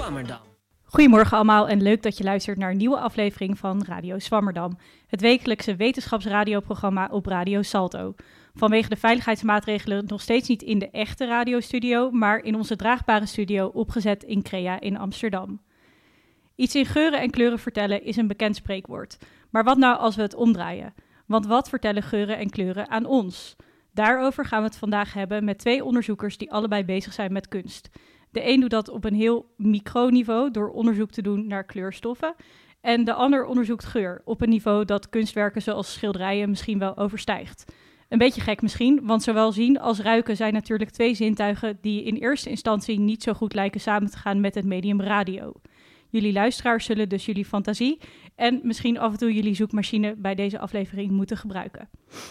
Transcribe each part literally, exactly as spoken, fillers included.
Zwammerdam. Goedemorgen allemaal en leuk dat je luistert naar een nieuwe aflevering van Radio Zwammerdam. Het wekelijkse wetenschapsradioprogramma op Radio Salto. Vanwege de veiligheidsmaatregelen nog steeds niet in de echte radiostudio, maar in onze draagbare studio opgezet in Crea in Amsterdam. Iets in geuren en kleuren vertellen is een bekend spreekwoord. Maar wat nou als we het omdraaien? Want wat vertellen geuren en kleuren aan ons? Daarover gaan we het vandaag hebben met twee onderzoekers die allebei bezig zijn met kunst. De een doet dat op een heel microniveau door onderzoek te doen naar kleurstoffen. En de ander onderzoekt geur op een niveau dat kunstwerken zoals schilderijen misschien wel overstijgt. Een beetje gek misschien, want zowel zien als ruiken zijn natuurlijk twee zintuigen die in eerste instantie niet zo goed lijken samen te gaan met het medium radio. Jullie luisteraars zullen dus jullie fantasie en misschien af en toe jullie zoekmachine bij deze aflevering moeten gebruiken.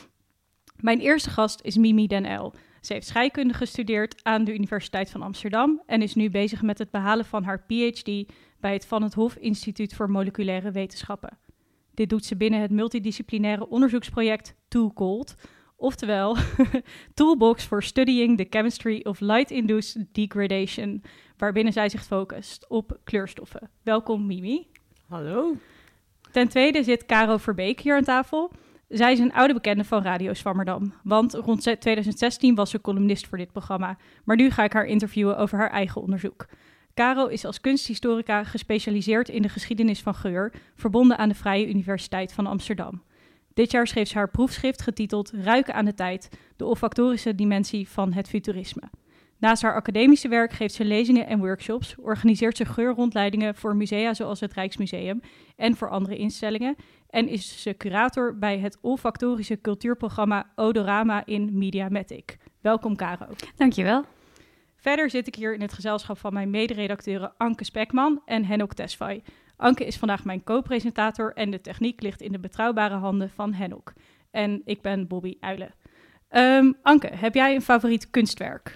Mijn eerste gast is Mimi Den Uyl. Ze heeft scheikunde gestudeerd aan de Universiteit van Amsterdam en is nu bezig met het behalen van haar P H D bij het Van het Hof Instituut voor Moleculaire Wetenschappen. Dit doet ze binnen het multidisciplinaire onderzoeksproject TwoCold, oftewel Toolbox for Studying the Chemistry of Light-Induced Degradation, waarbinnen zij zich focust op kleurstoffen. Welkom Mimi. Hallo. Ten tweede zit Caro Verbeek hier aan tafel. Zij is een oude bekende van Radio Zwammerdam, want rond twintig zestien was ze columnist voor dit programma. Maar nu ga ik haar interviewen over haar eigen onderzoek. Caro is als kunsthistorica gespecialiseerd in de geschiedenis van geur, verbonden aan de Vrije Universiteit van Amsterdam. Dit jaar schreef ze haar proefschrift getiteld Ruiken aan de tijd, de olfactorische dimensie van het futurisme. Naast haar academische werk geeft ze lezingen en workshops, organiseert ze geurrondleidingen voor musea zoals het Rijksmuseum en voor andere instellingen en is ze curator bij het olfactorische cultuurprogramma Odorama in Mediamatic. Welkom Caro. Dankjewel. Verder zit ik hier in het gezelschap van mijn mederedacteuren Anke Spekman en Henok Tesfaye. Anke is vandaag mijn co-presentator en de techniek ligt in de betrouwbare handen van Henok. En ik ben Bobby Uijlen. Um, Anke, heb jij een favoriet kunstwerk?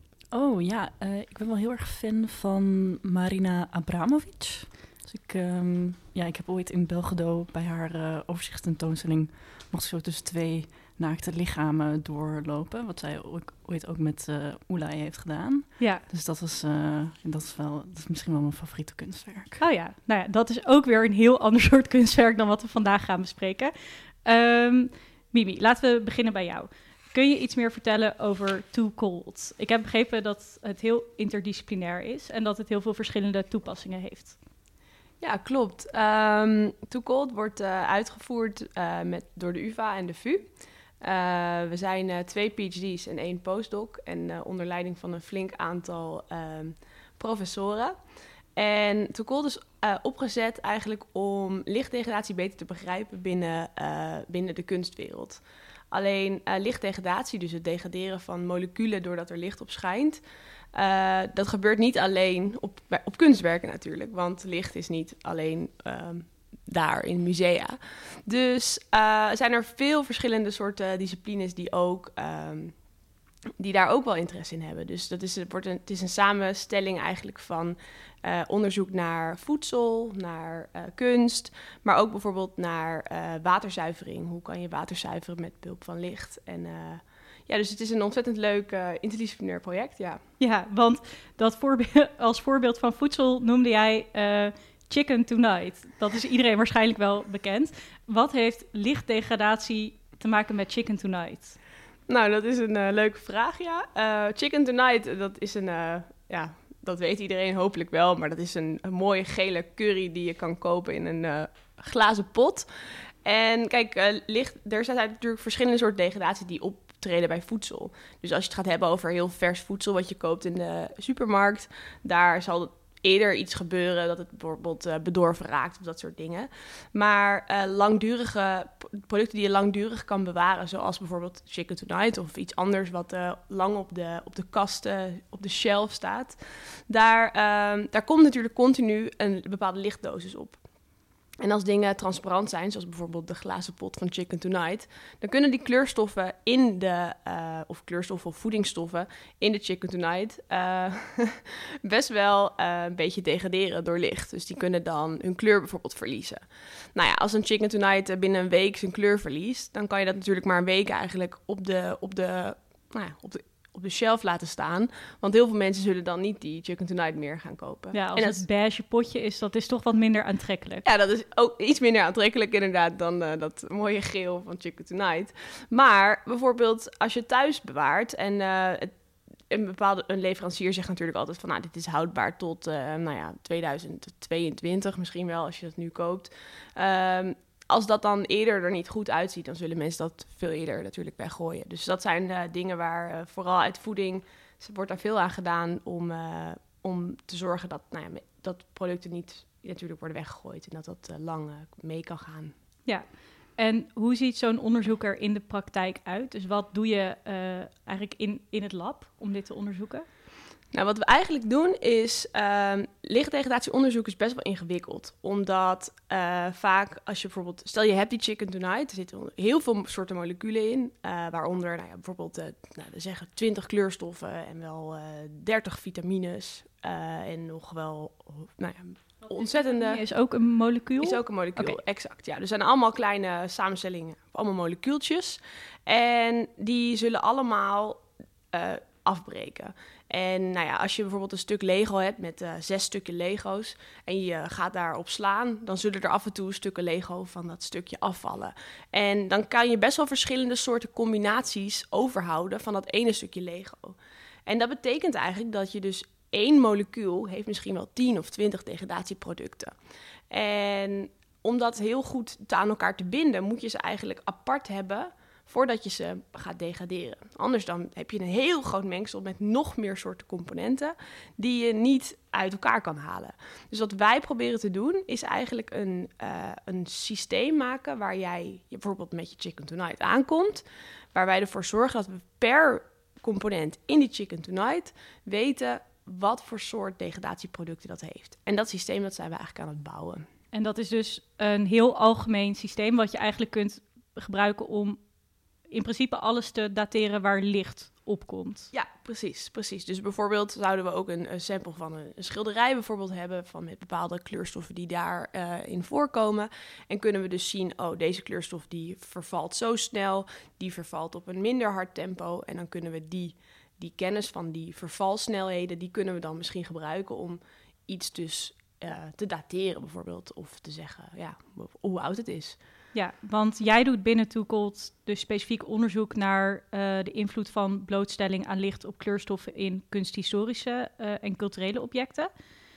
Oh ja, uh, ik ben wel heel erg fan van Marina Abramovic. Dus ik, um, ja, ik heb ooit in Belgrado bij haar uh, overzichtstentoonstelling mocht zo tussen twee naakte lichamen doorlopen. Wat zij ook, ooit ook met uh, Oelai heeft gedaan. Ja. Dus dat was, uh, dat is wel, dat is misschien wel mijn favoriete kunstwerk. Oh ja, nou ja, dat is ook weer een heel ander soort kunstwerk dan wat we vandaag gaan bespreken. Um, Mimi, laten we beginnen bij jou. Kun je iets meer vertellen over TwoCold? Ik heb begrepen dat het heel interdisciplinair is en dat het heel veel verschillende toepassingen heeft. Ja, klopt. Um, TwoCold wordt uh, uitgevoerd uh, met, door de U vA en de V U. Uh, we zijn uh, twee P H D's en één postdoc en uh, onder leiding van een flink aantal uh, professoren. En TwoCold is uh, opgezet eigenlijk om lichtdegradatie beter te begrijpen binnen, uh, binnen de kunstwereld. Alleen uh, lichtdegradatie, dus het degraderen van moleculen doordat er licht op schijnt, uh, dat gebeurt niet alleen op, op kunstwerken natuurlijk, want licht is niet alleen um, daar in musea. Dus uh, zijn er veel verschillende soorten disciplines die, ook, um, die daar ook wel interesse in hebben. Dus dat is, het, wordt een, het is een samenstelling eigenlijk van uh, onderzoek naar voedsel, naar uh, kunst, maar ook bijvoorbeeld naar uh, waterzuivering. Hoe kan je water zuiveren met behulp van licht? En uh, ja, dus het is een ontzettend leuk uh, interdisciplinair project, ja. Ja, want dat voorbe- als voorbeeld van voedsel noemde jij uh, Chicken Tonight. Dat is iedereen waarschijnlijk wel bekend. Wat heeft lichtdegradatie te maken met Chicken Tonight? Nou, dat is een uh, leuke vraag, ja. Uh, Chicken Tonight, dat is een, uh, ja, dat weet iedereen hopelijk wel, maar dat is een, een mooie gele curry die je kan kopen in een uh, glazen pot. En kijk, uh, licht, er zijn natuurlijk verschillende soorten degradatie die optreden bij voedsel. Dus als je het gaat hebben over heel vers voedsel wat je koopt in de supermarkt, daar zal het eerder iets gebeuren dat het bijvoorbeeld uh, bedorven raakt of dat soort dingen. Maar uh, langdurige producten die je langdurig kan bewaren, zoals bijvoorbeeld Chicken Tonight of iets anders wat uh, lang op de, op de kasten, op de shelf staat, daar, uh, daar komt natuurlijk continu een bepaalde lichtdosis op. En als dingen transparant zijn, zoals bijvoorbeeld de glazen pot van Chicken Tonight, dan kunnen die kleurstoffen in de, uh, of kleurstoffen of voedingsstoffen in de Chicken Tonight uh, best wel uh, een beetje degraderen door licht. Dus die kunnen dan hun kleur bijvoorbeeld verliezen. Nou ja, als een Chicken Tonight uh, binnen een week zijn kleur verliest, dan kan je dat natuurlijk maar een week eigenlijk op de, op de, nou ja, op de op de shelf laten staan. Want heel veel mensen zullen dan niet die Chicken Tonight meer gaan kopen. Ja, als en het beige potje is, dat is toch wat minder aantrekkelijk. Ja, dat is ook iets minder aantrekkelijk inderdaad dan uh, dat mooie geel van Chicken Tonight. Maar bijvoorbeeld als je het thuis bewaart en uh, het, een bepaalde een leverancier zegt natuurlijk altijd van, nou, dit is houdbaar tot uh, nou ja, tweeduizend tweeëntwintig misschien wel als je dat nu koopt. Um, Als dat dan eerder er niet goed uitziet, dan zullen mensen dat veel eerder natuurlijk weggooien. Dus dat zijn uh, dingen waar uh, vooral uit voeding wordt daar veel aan gedaan om, uh, om te zorgen dat, nou ja, dat producten niet natuurlijk worden weggegooid en dat dat uh, lang uh, mee kan gaan. Ja, en hoe ziet zo'n onderzoek er in de praktijk uit? Dus wat doe je uh, eigenlijk in, in het lab om dit te onderzoeken? Nou, wat we eigenlijk doen is, uh, lichtdegradatieonderzoek is best wel ingewikkeld. Omdat uh, vaak als je bijvoorbeeld, stel je hebt die Chicken Tonight, er zitten heel veel soorten moleculen in. Uh, waaronder nou ja, bijvoorbeeld, uh, nou, we zeggen twintig kleurstoffen en wel uh, dertig vitamines. Uh, en nog wel, nou ja, ontzettende... Is ook een molecuul? Is ook een molecuul, okay. Exact. Ja, er zijn allemaal kleine samenstellingen, allemaal molecuultjes. En die zullen allemaal uh, afbreken. En nou ja, als je bijvoorbeeld een stuk Lego hebt met uh, zes stukken Lego's en je gaat daarop slaan, dan zullen er af en toe stukken Lego van dat stukje afvallen. En dan kan je best wel verschillende soorten combinaties overhouden van dat ene stukje Lego. En dat betekent eigenlijk dat je dus één molecuul heeft misschien wel tien of twintig degradatieproducten. En om dat heel goed aan elkaar te binden, moet je ze eigenlijk apart hebben voordat je ze gaat degraderen. Anders dan heb je een heel groot mengsel met nog meer soorten componenten die je niet uit elkaar kan halen. Dus wat wij proberen te doen is eigenlijk een, uh, een systeem maken waar jij je bijvoorbeeld met je Chicken Tonight aankomt, waar wij ervoor zorgen dat we per component in die Chicken Tonight weten wat voor soort degradatieproducten dat heeft. En dat systeem dat zijn we eigenlijk aan het bouwen. En dat is dus een heel algemeen systeem wat je eigenlijk kunt gebruiken om in principe alles te dateren waar licht op komt. Ja, precies, precies. Dus bijvoorbeeld zouden we ook een, een sample van een, een schilderij bijvoorbeeld hebben van met bepaalde kleurstoffen die daarin uh, in voorkomen. En kunnen we dus zien, oh, deze kleurstof die vervalt zo snel, die vervalt op een minder hard tempo. En dan kunnen we die, die kennis van die vervalsnelheden, die kunnen we dan misschien gebruiken om iets dus uh, te dateren bijvoorbeeld. Of te zeggen, ja, hoe oud het is. Ja, want jij doet binnen Toecold dus specifiek onderzoek naar uh, de invloed van blootstelling aan licht op kleurstoffen in kunsthistorische uh, en culturele objecten.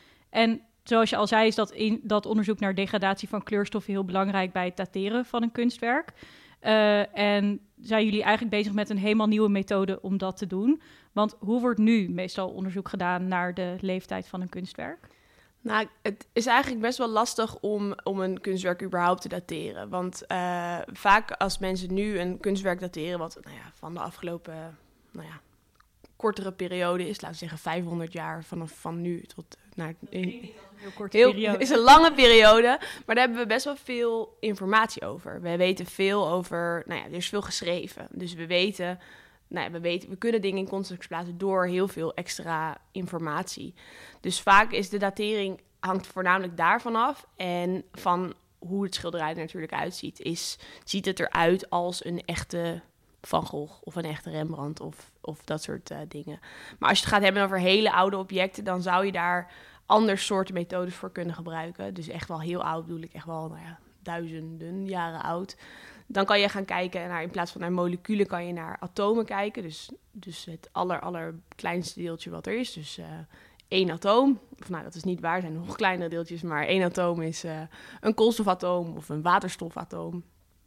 En zoals je al zei, is dat, in, dat onderzoek naar degradatie van kleurstoffen heel belangrijk bij het dateren van een kunstwerk. Uh, en zijn jullie eigenlijk bezig met een helemaal nieuwe methode om dat te doen? Want hoe wordt nu meestal onderzoek gedaan naar de leeftijd van een kunstwerk? Nou, het is eigenlijk best wel lastig om, om een kunstwerk überhaupt te dateren. Want uh, vaak als mensen nu een kunstwerk dateren, wat nou ja, van de afgelopen nou ja, kortere periode is, laten we zeggen vijfhonderd jaar vanaf van nu tot naar een heel korte heel, periode. is een lange periode, maar daar hebben we best wel veel informatie over. We weten veel over, nou ja, er is veel geschreven, dus we weten. Nou ja, we, weten, we kunnen dingen in context plaatsen door heel veel extra informatie. Dus vaak is de datering hangt voornamelijk daarvan af. En van hoe het schilderij er natuurlijk uitziet. Is, ziet het eruit als een echte Van Gogh of een echte Rembrandt of, of dat soort uh, dingen. Maar als je het gaat hebben over hele oude objecten, dan zou je daar andere soorten methodes voor kunnen gebruiken. Dus echt wel heel oud bedoel ik, echt wel nou ja, duizenden jaren oud. Dan kan je gaan kijken naar, in plaats van naar moleculen, kan je naar atomen kijken. Dus, dus het aller, allerkleinste deeltje wat er is. Dus uh, één atoom. Of nou, dat is niet waar, er zijn nog kleinere deeltjes. Maar één atoom is uh, een koolstofatoom of een waterstofatoom.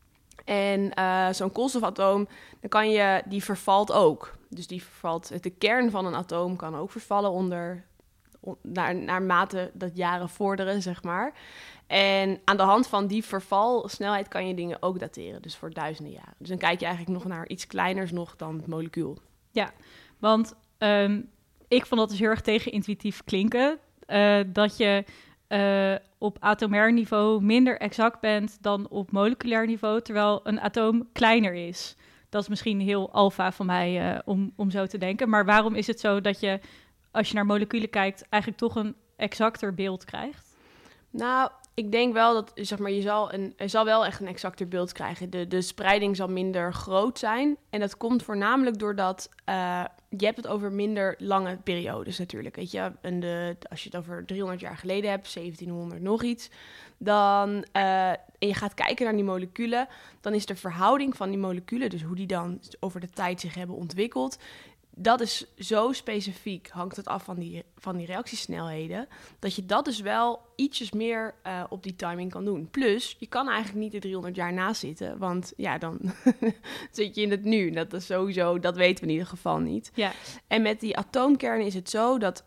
En uh, zo'n koolstofatoom, dan kan je, die vervalt ook. Dus die vervalt, de kern van een atoom kan ook vervallen onder, on, naar, naar mate dat jaren vorderen, zeg maar. En aan de hand van die vervalsnelheid kan je dingen ook dateren, dus voor duizenden jaren. Dus dan kijk je eigenlijk nog naar iets kleiners nog dan het molecuul. Ja, want um, ik vond dat dus heel erg tegenintuïtief klinken. Uh, dat je uh, op atomair niveau minder exact bent dan op moleculair niveau, terwijl een atoom kleiner is. Dat is misschien heel alfa van mij uh, om, om zo te denken. Maar waarom is het zo dat je, als je naar moleculen kijkt, eigenlijk toch een exacter beeld krijgt? Nou, ik denk wel dat, zeg maar, je zal een, er zal wel echt een exacter beeld krijgen. De, de spreiding zal minder groot zijn. En dat komt voornamelijk doordat uh, je hebt het over minder lange periodes natuurlijk. Weet je, en de, als je het over driehonderd jaar geleden hebt, zeventienhonderd nog iets, dan uh, en je gaat kijken naar die moleculen, dan is de verhouding van die moleculen, dus hoe die dan over de tijd zich hebben ontwikkeld, dat is zo specifiek, hangt het af van die, van die reactiesnelheden, dat je dat dus wel ietsjes meer uh, op die timing kan doen. Plus, je kan eigenlijk niet er driehonderd jaar naast zitten, want ja, dan zit je in het nu. Dat is sowieso, dat weten we in ieder geval niet. Ja. En met die atoomkernen is het zo dat,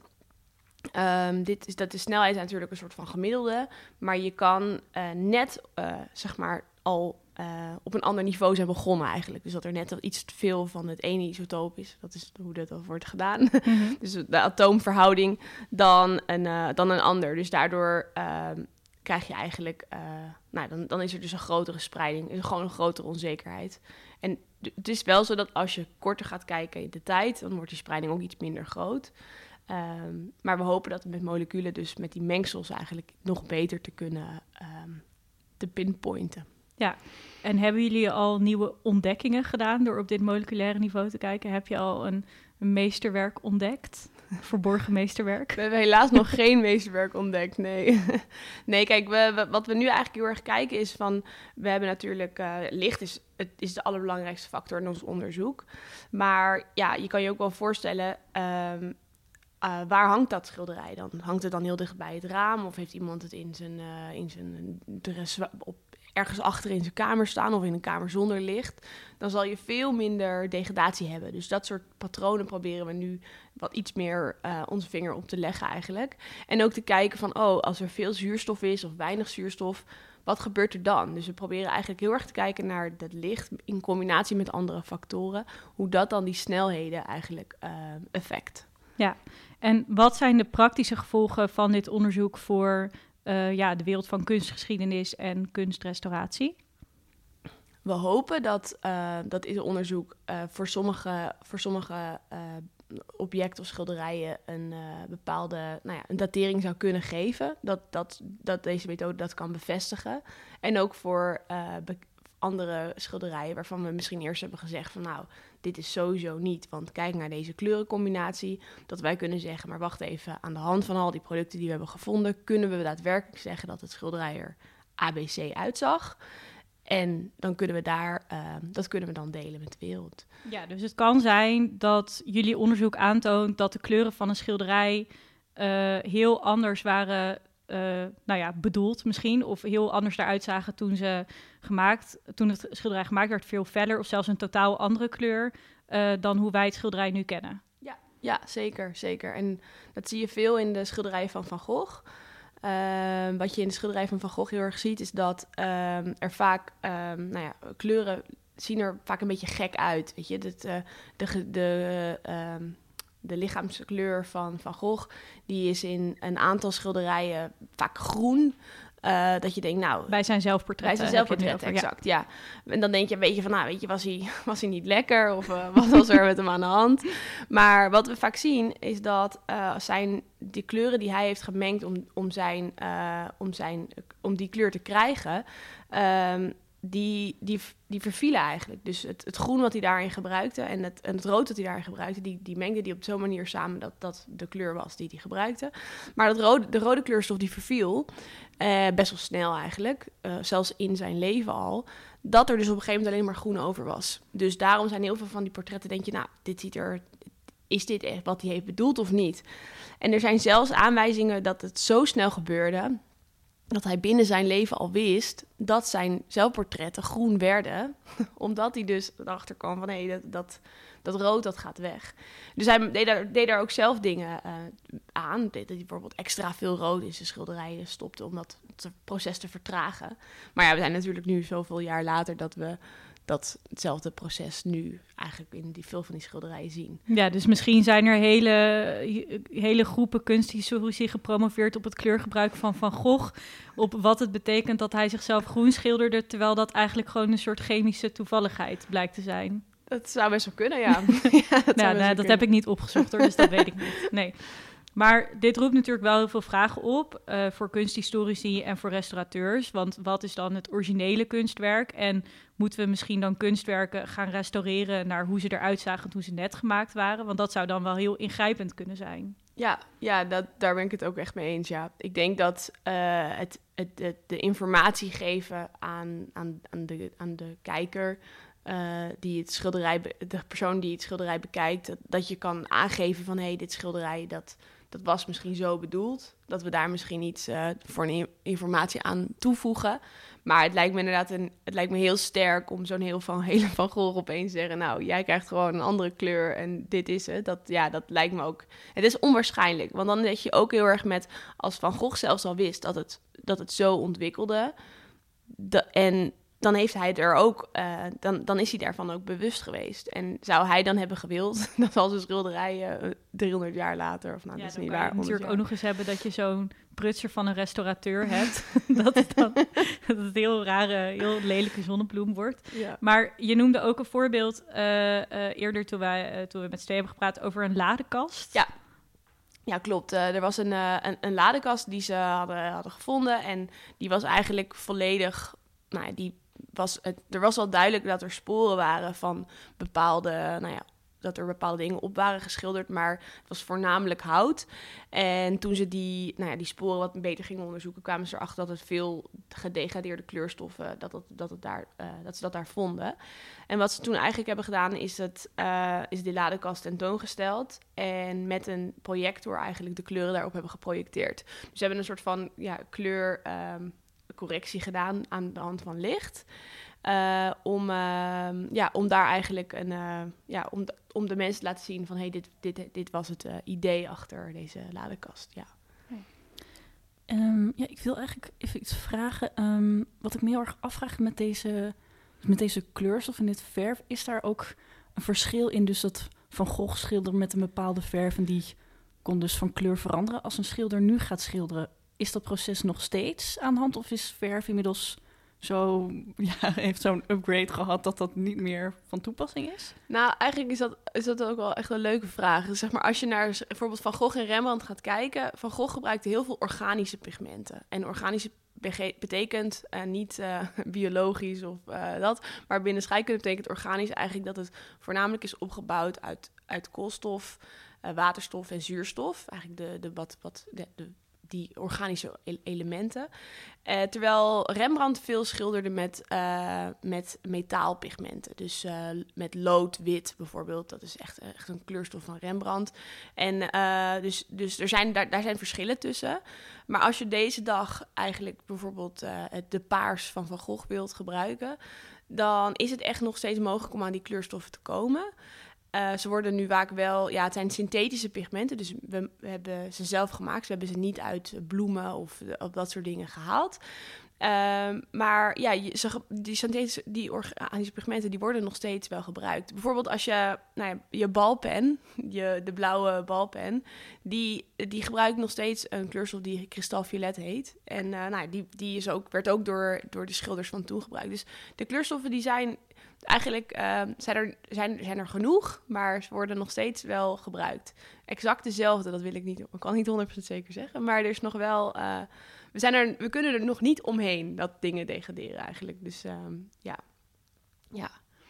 um, dit is, dat de snelheid is natuurlijk een soort van gemiddelde, maar je kan uh, net, uh, zeg maar, al Uh, op een ander niveau zijn begonnen eigenlijk. Dus dat er net al iets te veel van het ene isotoop is. Dat is hoe dat al wordt gedaan. Mm-hmm. Dus de atoomverhouding dan een, uh, dan een ander. Dus daardoor uh, krijg je eigenlijk... Uh, nou, dan, dan is er dus een grotere spreiding. Is gewoon een grotere onzekerheid. En d- het is wel zo dat als je korter gaat kijken in de tijd, dan wordt die spreiding ook iets minder groot. Um, maar we hopen dat we met moleculen, dus met die mengsels eigenlijk nog beter te kunnen um, te pinpointen. Ja, en hebben jullie al nieuwe ontdekkingen gedaan door op dit moleculaire niveau te kijken? Heb je al een, een meesterwerk ontdekt? Verborgen meesterwerk? We hebben helaas nog geen meesterwerk ontdekt, nee. Nee, kijk, we, we, wat we nu eigenlijk heel erg kijken is van, we hebben natuurlijk, uh, licht is, het is de allerbelangrijkste factor in ons onderzoek. Maar ja, je kan je ook wel voorstellen, um, uh, waar hangt dat schilderij dan? Hangt het dan heel dicht bij het raam of heeft iemand het in zijn, uh, in zijn dress op ergens achter in zijn kamer staan of in een kamer zonder licht, dan zal je veel minder degradatie hebben. Dus dat soort patronen proberen we nu wat iets meer uh, onze vinger op te leggen eigenlijk. En ook te kijken van, oh, als er veel zuurstof is of weinig zuurstof, wat gebeurt er dan? Dus we proberen eigenlijk heel erg te kijken naar het licht in combinatie met andere factoren, hoe dat dan die snelheden eigenlijk uh, effect. Ja, en wat zijn de praktische gevolgen van dit onderzoek voor Uh, ja, de wereld van kunstgeschiedenis en kunstrestauratie? We hopen dat uh, dat dit onderzoek uh, voor sommige, voor sommige uh, objecten of schilderijen een uh, bepaalde nou ja, een datering zou kunnen geven. Dat, dat, dat deze methode dat kan bevestigen. En ook voor uh, be- andere schilderijen waarvan we misschien eerst hebben gezegd van nou, dit is sowieso niet, want kijk naar deze kleurencombinatie, dat wij kunnen zeggen, maar wacht even, aan de hand van al die producten die we hebben gevonden, kunnen we daadwerkelijk zeggen dat het schilderij er A B C uitzag. En dan kunnen we daar, uh, dat kunnen we dan delen met de wereld. Ja, dus het kan zijn dat jullie onderzoek aantoont dat de kleuren van een schilderij uh, heel anders waren Uh, nou ja, bedoeld misschien, of heel anders eruit zagen toen ze gemaakt, toen het schilderij gemaakt werd, veel feller of zelfs een totaal andere kleur uh, dan hoe wij het schilderij nu kennen. Ja, ja, zeker, zeker. En dat zie je veel in de schilderijen van Van Gogh. Uh, wat je in de schilderij van Van Gogh heel erg ziet, is dat um, er vaak, um, nou ja, kleuren zien er vaak een beetje gek uit, weet je. Dat, uh, de, de, um, de lichaamskleur van Van Gogh, die is in een aantal schilderijen vaak groen. Uh, dat je denkt, nou... Bij zijn zelfportretten. Bij zijn zelfportretten, exact, ja. ja. En dan denk je, weet je van, nou, weet je, was hij, was hij niet lekker? Of uh, wat was er met hem aan de hand? Maar wat we vaak zien, is dat uh, zijn die kleuren die hij heeft gemengd om, om, zijn, uh, om, zijn, om die kleur te krijgen... Um, Die, die, die vervielen eigenlijk. Dus het, het groen wat hij daarin gebruikte en het, en het rood dat hij daarin gebruikte, die, die mengde hij op zo'n manier samen dat dat de kleur was die hij gebruikte. Maar dat rode, de rode kleurstof die verviel, eh, best wel snel eigenlijk, uh, zelfs in zijn leven al, dat er dus op een gegeven moment alleen maar groen over was. Dus daarom zijn heel veel van die portretten, denk je, nou, dit ziet er... Is dit echt wat hij heeft bedoeld of niet? En er zijn zelfs aanwijzingen dat het zo snel gebeurde, dat hij binnen zijn leven al wist dat zijn zelfportretten groen werden, omdat hij dus erachter kwam van, hé, hey, dat, dat, dat rood, dat gaat weg. Dus hij deed daar, deed daar ook zelf dingen uh, aan. Deed dat hij bijvoorbeeld extra veel rood in zijn schilderijen stopte om dat het proces te vertragen. Maar ja, we zijn natuurlijk nu zoveel jaar later dat we dat hetzelfde proces nu eigenlijk in die veel van die schilderijen zien. Ja, dus misschien zijn er hele, hele groepen kunsthistorici gepromoveerd op het kleurgebruik van Van Gogh, op wat het betekent dat hij zichzelf groen schilderde, terwijl dat eigenlijk gewoon een soort chemische toevalligheid blijkt te zijn. Dat zou best wel kunnen, ja. ja dat nou, nou, dat heb ik niet opgezocht hoor, dus dat weet ik niet. Nee. Maar dit roept natuurlijk wel heel veel vragen op uh, voor kunsthistorici en voor restaurateurs. Want wat is dan het originele kunstwerk? En moeten we misschien dan kunstwerken gaan restaureren naar hoe ze eruit zagen toen ze net gemaakt waren? Want dat zou dan wel heel ingrijpend kunnen zijn. Ja, ja dat, daar ben ik het ook echt mee eens, ja. Ik denk dat uh, het, het, het, de informatie geven aan, aan, aan, de, aan de kijker... Uh, die het schilderij, be- de persoon die het schilderij bekijkt... dat, dat je kan aangeven van... hé, hey, dit schilderij, dat, dat was misschien zo bedoeld. Dat we daar misschien iets uh, voor een informatie aan toevoegen. Maar het lijkt me inderdaad een, het lijkt me heel sterk... om zo'n heel van, hele Van Gogh opeens te zeggen... nou, jij krijgt gewoon een andere kleur en dit is het. Dat, ja, dat lijkt me ook... Het is onwaarschijnlijk. Want dan zit je ook heel erg met... als Van Gogh zelfs al wist dat het, dat het zo ontwikkelde... De, en... dan heeft hij er ook, uh, dan, dan is hij daarvan ook bewust geweest. En zou hij dan hebben gewild dat als een schilderij uh, driehonderd jaar later, of nou, Ja, dat is dan niet kan waar. je natuurlijk jaar. ook nog eens hebben dat je zo'n prutser van een restaurateur hebt. dat, het dan, dat het heel rare, heel lelijke zonnebloem wordt. Ja. Maar je noemde ook een voorbeeld uh, uh, eerder toen, wij, uh, toen we met Steve hebben gepraat over een ladekast. Ja. Ja, klopt. Uh, er was een, uh, een, een ladekast die ze hadden, hadden gevonden. En die was eigenlijk volledig, nou ja, die was het, er was al duidelijk dat er sporen waren van bepaalde, nou ja, dat er bepaalde dingen op waren geschilderd, maar het was voornamelijk hout. En toen ze die, nou ja, die sporen wat beter gingen onderzoeken, kwamen ze erachter dat het veel gedegradeerde kleurstoffen, dat, het, dat, het daar, uh, dat ze dat daar vonden. En wat ze toen eigenlijk hebben gedaan, is, het, uh, is die ladekast tentoongesteld en met een projector eigenlijk de kleuren daarop hebben geprojecteerd. Dus ze hebben een soort van ja, kleur... Um, correctie gedaan aan de hand van licht. Uh, om, uh, ja, om daar eigenlijk een, uh, ja, om, de, om de mensen te laten zien van hey, dit, dit, dit was het uh, idee achter deze ladekast. Ja. Um, ja, ik wil eigenlijk even iets vragen. Um, wat ik me heel erg afvraag met deze, met deze kleurstof en dit verf, is daar ook een verschil in? Dus dat Van Gogh schilderde met een bepaalde verf en die kon dus van kleur veranderen. Als een schilder nu gaat schilderen, is dat proces nog steeds aan de hand? Of is verf inmiddels zo, ja, heeft zo'n upgrade gehad dat dat niet meer van toepassing is? Nou, eigenlijk is dat, is dat ook wel echt een leuke vraag. Dus zeg maar, als je naar bijvoorbeeld Van Gogh en Rembrandt gaat kijken... Van Gogh gebruikte heel veel organische pigmenten. En organische bege- betekent uh, niet uh, biologisch of uh, dat... maar binnen scheikunde betekent organisch eigenlijk dat het voornamelijk is opgebouwd uit, uit koolstof, uh, waterstof en zuurstof. Eigenlijk de, de, wat, wat, de, de die organische elementen. Uh, terwijl Rembrandt veel schilderde met, uh, met metaalpigmenten. Dus uh, met lood, wit bijvoorbeeld. Dat is echt, echt een kleurstof van Rembrandt. En uh, dus, dus er zijn, daar, daar zijn verschillen tussen. Maar als je deze dag eigenlijk bijvoorbeeld uh, het, de paars van Van Gogh wilt gebruiken... dan is het echt nog steeds mogelijk om aan die kleurstoffen te komen... Uh, ze worden nu vaak wel... Ja, het zijn synthetische pigmenten, dus we, we hebben ze zelf gemaakt. We hebben ze niet uit bloemen of, of dat soort dingen gehaald. Uh, maar ja, je, ze, die synthetische die organische pigmenten die worden nog steeds wel gebruikt. Bijvoorbeeld als je nou ja, je balpen, je, de blauwe balpen... Die, die gebruikt nog steeds een kleurstof die kristalviolet heet. En uh, nou, die, die is ook, werd ook door, door de schilders van toen gebruikt. Dus de kleurstoffen die zijn... Eigenlijk uh, zijn, er, zijn, zijn er genoeg, maar ze worden nog steeds wel gebruikt. Exact dezelfde, dat wil ik niet, ik kan niet honderd procent zeker zeggen. Maar er is nog wel, uh, we, zijn er, we kunnen er nog niet omheen dat dingen degraderen eigenlijk. Dus um, ja. ja.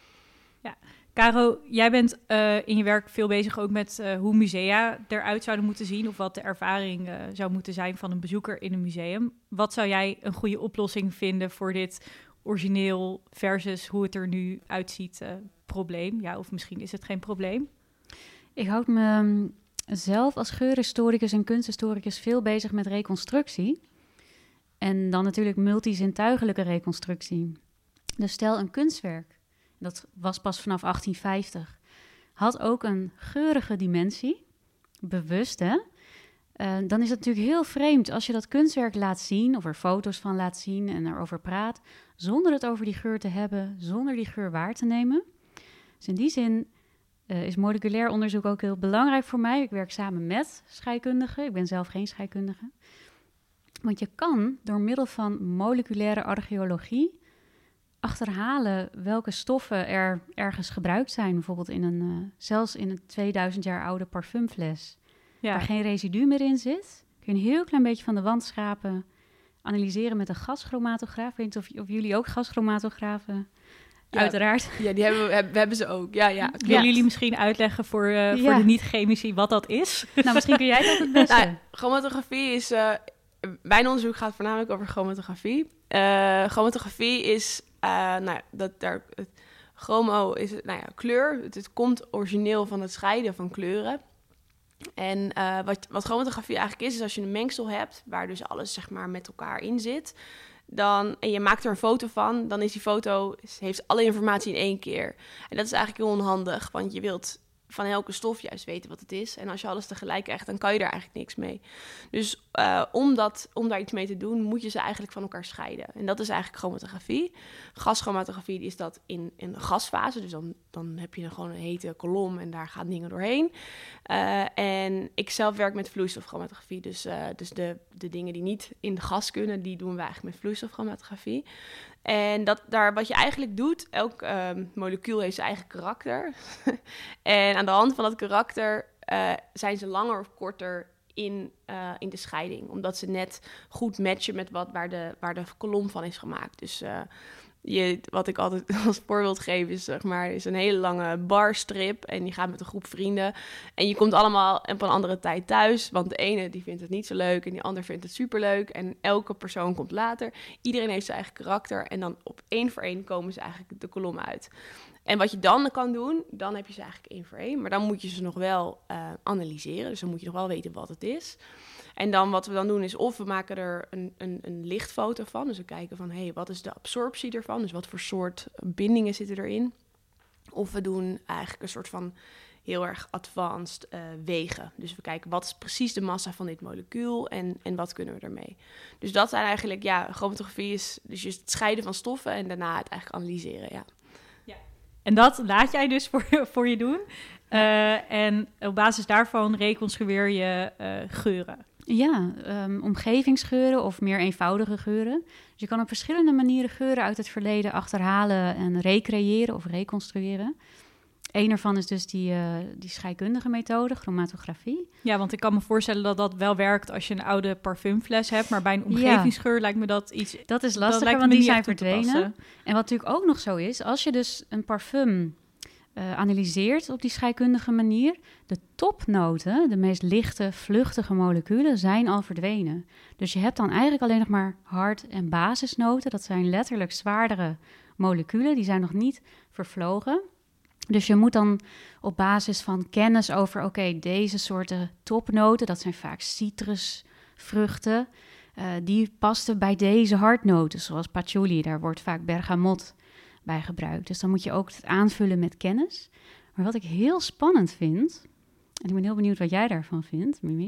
Ja. Caro, jij bent uh, in je werk veel bezig ook met uh, hoe musea eruit zouden moeten zien... of wat de ervaring uh, zou moeten zijn van een bezoeker in een museum. Wat zou jij een goede oplossing vinden voor dit... origineel versus hoe het er nu uitziet, uh, probleem. Ja, of misschien is het geen probleem. Ik houd me um, zelf als geurhistoricus en kunsthistoricus veel bezig met reconstructie. En dan natuurlijk multizintuigelijke reconstructie. Dus stel een kunstwerk, dat was pas vanaf achttien vijftig, had ook een geurige dimensie, bewust hè. Uh, dan is het natuurlijk heel vreemd als je dat kunstwerk laat zien... of er foto's van laat zien en erover praat... zonder het over die geur te hebben, zonder die geur waar te nemen. Dus in die zin uh, is moleculair onderzoek ook heel belangrijk voor mij. Ik werk samen met scheikundigen. Ik ben zelf geen scheikundige. Want je kan door middel van moleculaire archeologie... achterhalen welke stoffen er ergens gebruikt zijn. Bijvoorbeeld in een, uh, zelfs in een tweeduizend jaar oude parfumfles... Ja. waar geen residu meer in zit. Kun je een heel klein beetje van de wand schrapen, analyseren met een gaschromatograaf. Ik weet niet of, of jullie ook gaschromatografen? Ja. Uiteraard. Ja, die hebben we, hebben, we hebben ze ook. Ja, ja. Willen Ja. jullie misschien uitleggen voor, uh, voor Ja. de niet-chemici wat dat is? Nou, misschien kun jij dat het beste. Nou, chromatografie is... Uh, mijn onderzoek gaat voornamelijk over chromatografie. Uh, chromatografie is... Uh, nou ja, dat daar... Het, chromo is nou ja, kleur. Het, het komt origineel van het scheiden van kleuren. En uh, wat, wat chromatografie eigenlijk is, is als je een mengsel hebt, waar dus alles zeg maar met elkaar in zit, dan, en je maakt er een foto van, dan is die foto, heeft alle informatie in één keer. En dat is eigenlijk heel onhandig, want je wilt van elke stof juist weten wat het is. En als je alles tegelijk krijgt, dan kan je er eigenlijk niks mee. Dus uh, om, dat, om daar iets mee te doen, moet je ze eigenlijk van elkaar scheiden. En dat is eigenlijk chromatografie. Gaschromatografie is dat in, in een gasfase. Dus dan, dan heb je gewoon een hete kolom en daar gaan dingen doorheen. Uh, en ik zelf werk met vloeistofchromatografie. Dus, uh, dus de, de dingen die niet in de gas kunnen, die doen we eigenlijk met vloeistofchromatografie. En dat, daar, wat je eigenlijk doet, elk uh, molecuul heeft zijn eigen karakter. En aan de hand van dat karakter uh, zijn ze langer of korter in, uh, in de scheiding. Omdat ze net goed matchen met wat, waar, de, waar de kolom van is gemaakt. Dus uh, je, wat ik altijd als voorbeeld geef is, zeg maar, is een hele lange barstrip. En je gaat met een groep vrienden. En je komt allemaal op een andere tijd thuis. Want de ene die vindt het niet zo leuk en die ander vindt het superleuk. En elke persoon komt later. Iedereen heeft zijn eigen karakter. En dan op één voor één komen ze eigenlijk de kolom uit. En wat je dan kan doen, dan heb je ze eigenlijk één voor één. Maar dan moet je ze nog wel uh, analyseren. Dus dan moet je nog wel weten wat het is. En dan wat we dan doen is, of we maken er een, een, een lichtfoto van. Dus we kijken van, hé, hey, wat is de absorptie ervan? Dus wat voor soort bindingen zitten erin? Of we doen eigenlijk een soort van heel erg advanced uh, wegen. Dus we kijken, wat is precies de massa van dit molecuul en, en wat kunnen we ermee? Dus dat zijn eigenlijk, ja, chromatografie is dus het scheiden van stoffen en daarna het eigenlijk analyseren, ja. En dat laat jij dus voor, voor je doen. Uh, en op basis daarvan reconstrueer je uh, geuren. Ja, um, omgevingsgeuren of meer eenvoudige geuren. Dus je kan op verschillende manieren geuren uit het verleden achterhalen en recreëren of reconstrueren. Eén ervan is dus die, uh, die scheikundige methode, chromatografie. Ja, want ik kan me voorstellen dat dat wel werkt als je een oude parfumfles hebt. Maar bij een omgevingsgeur ja. lijkt me dat iets... Dat is lastiger, want die zijn verdwenen. En wat natuurlijk ook nog zo is, als je dus een parfum uh, analyseert op die scheikundige manier, de topnoten, de meest lichte, vluchtige moleculen, zijn al verdwenen. Dus je hebt dan eigenlijk alleen nog maar hart- en basisnoten. Dat zijn letterlijk zwaardere moleculen, die zijn nog niet vervlogen. Dus je moet dan op basis van kennis over, oké, okay, deze soorten topnoten, dat zijn vaak citrusvruchten, uh, die pasten bij deze hartnoten, zoals patchouli, daar wordt vaak bergamot bij gebruikt. Dus dan moet je ook het aanvullen met kennis. Maar wat ik heel spannend vind, en ik ben heel benieuwd wat jij daarvan vindt, Mimi,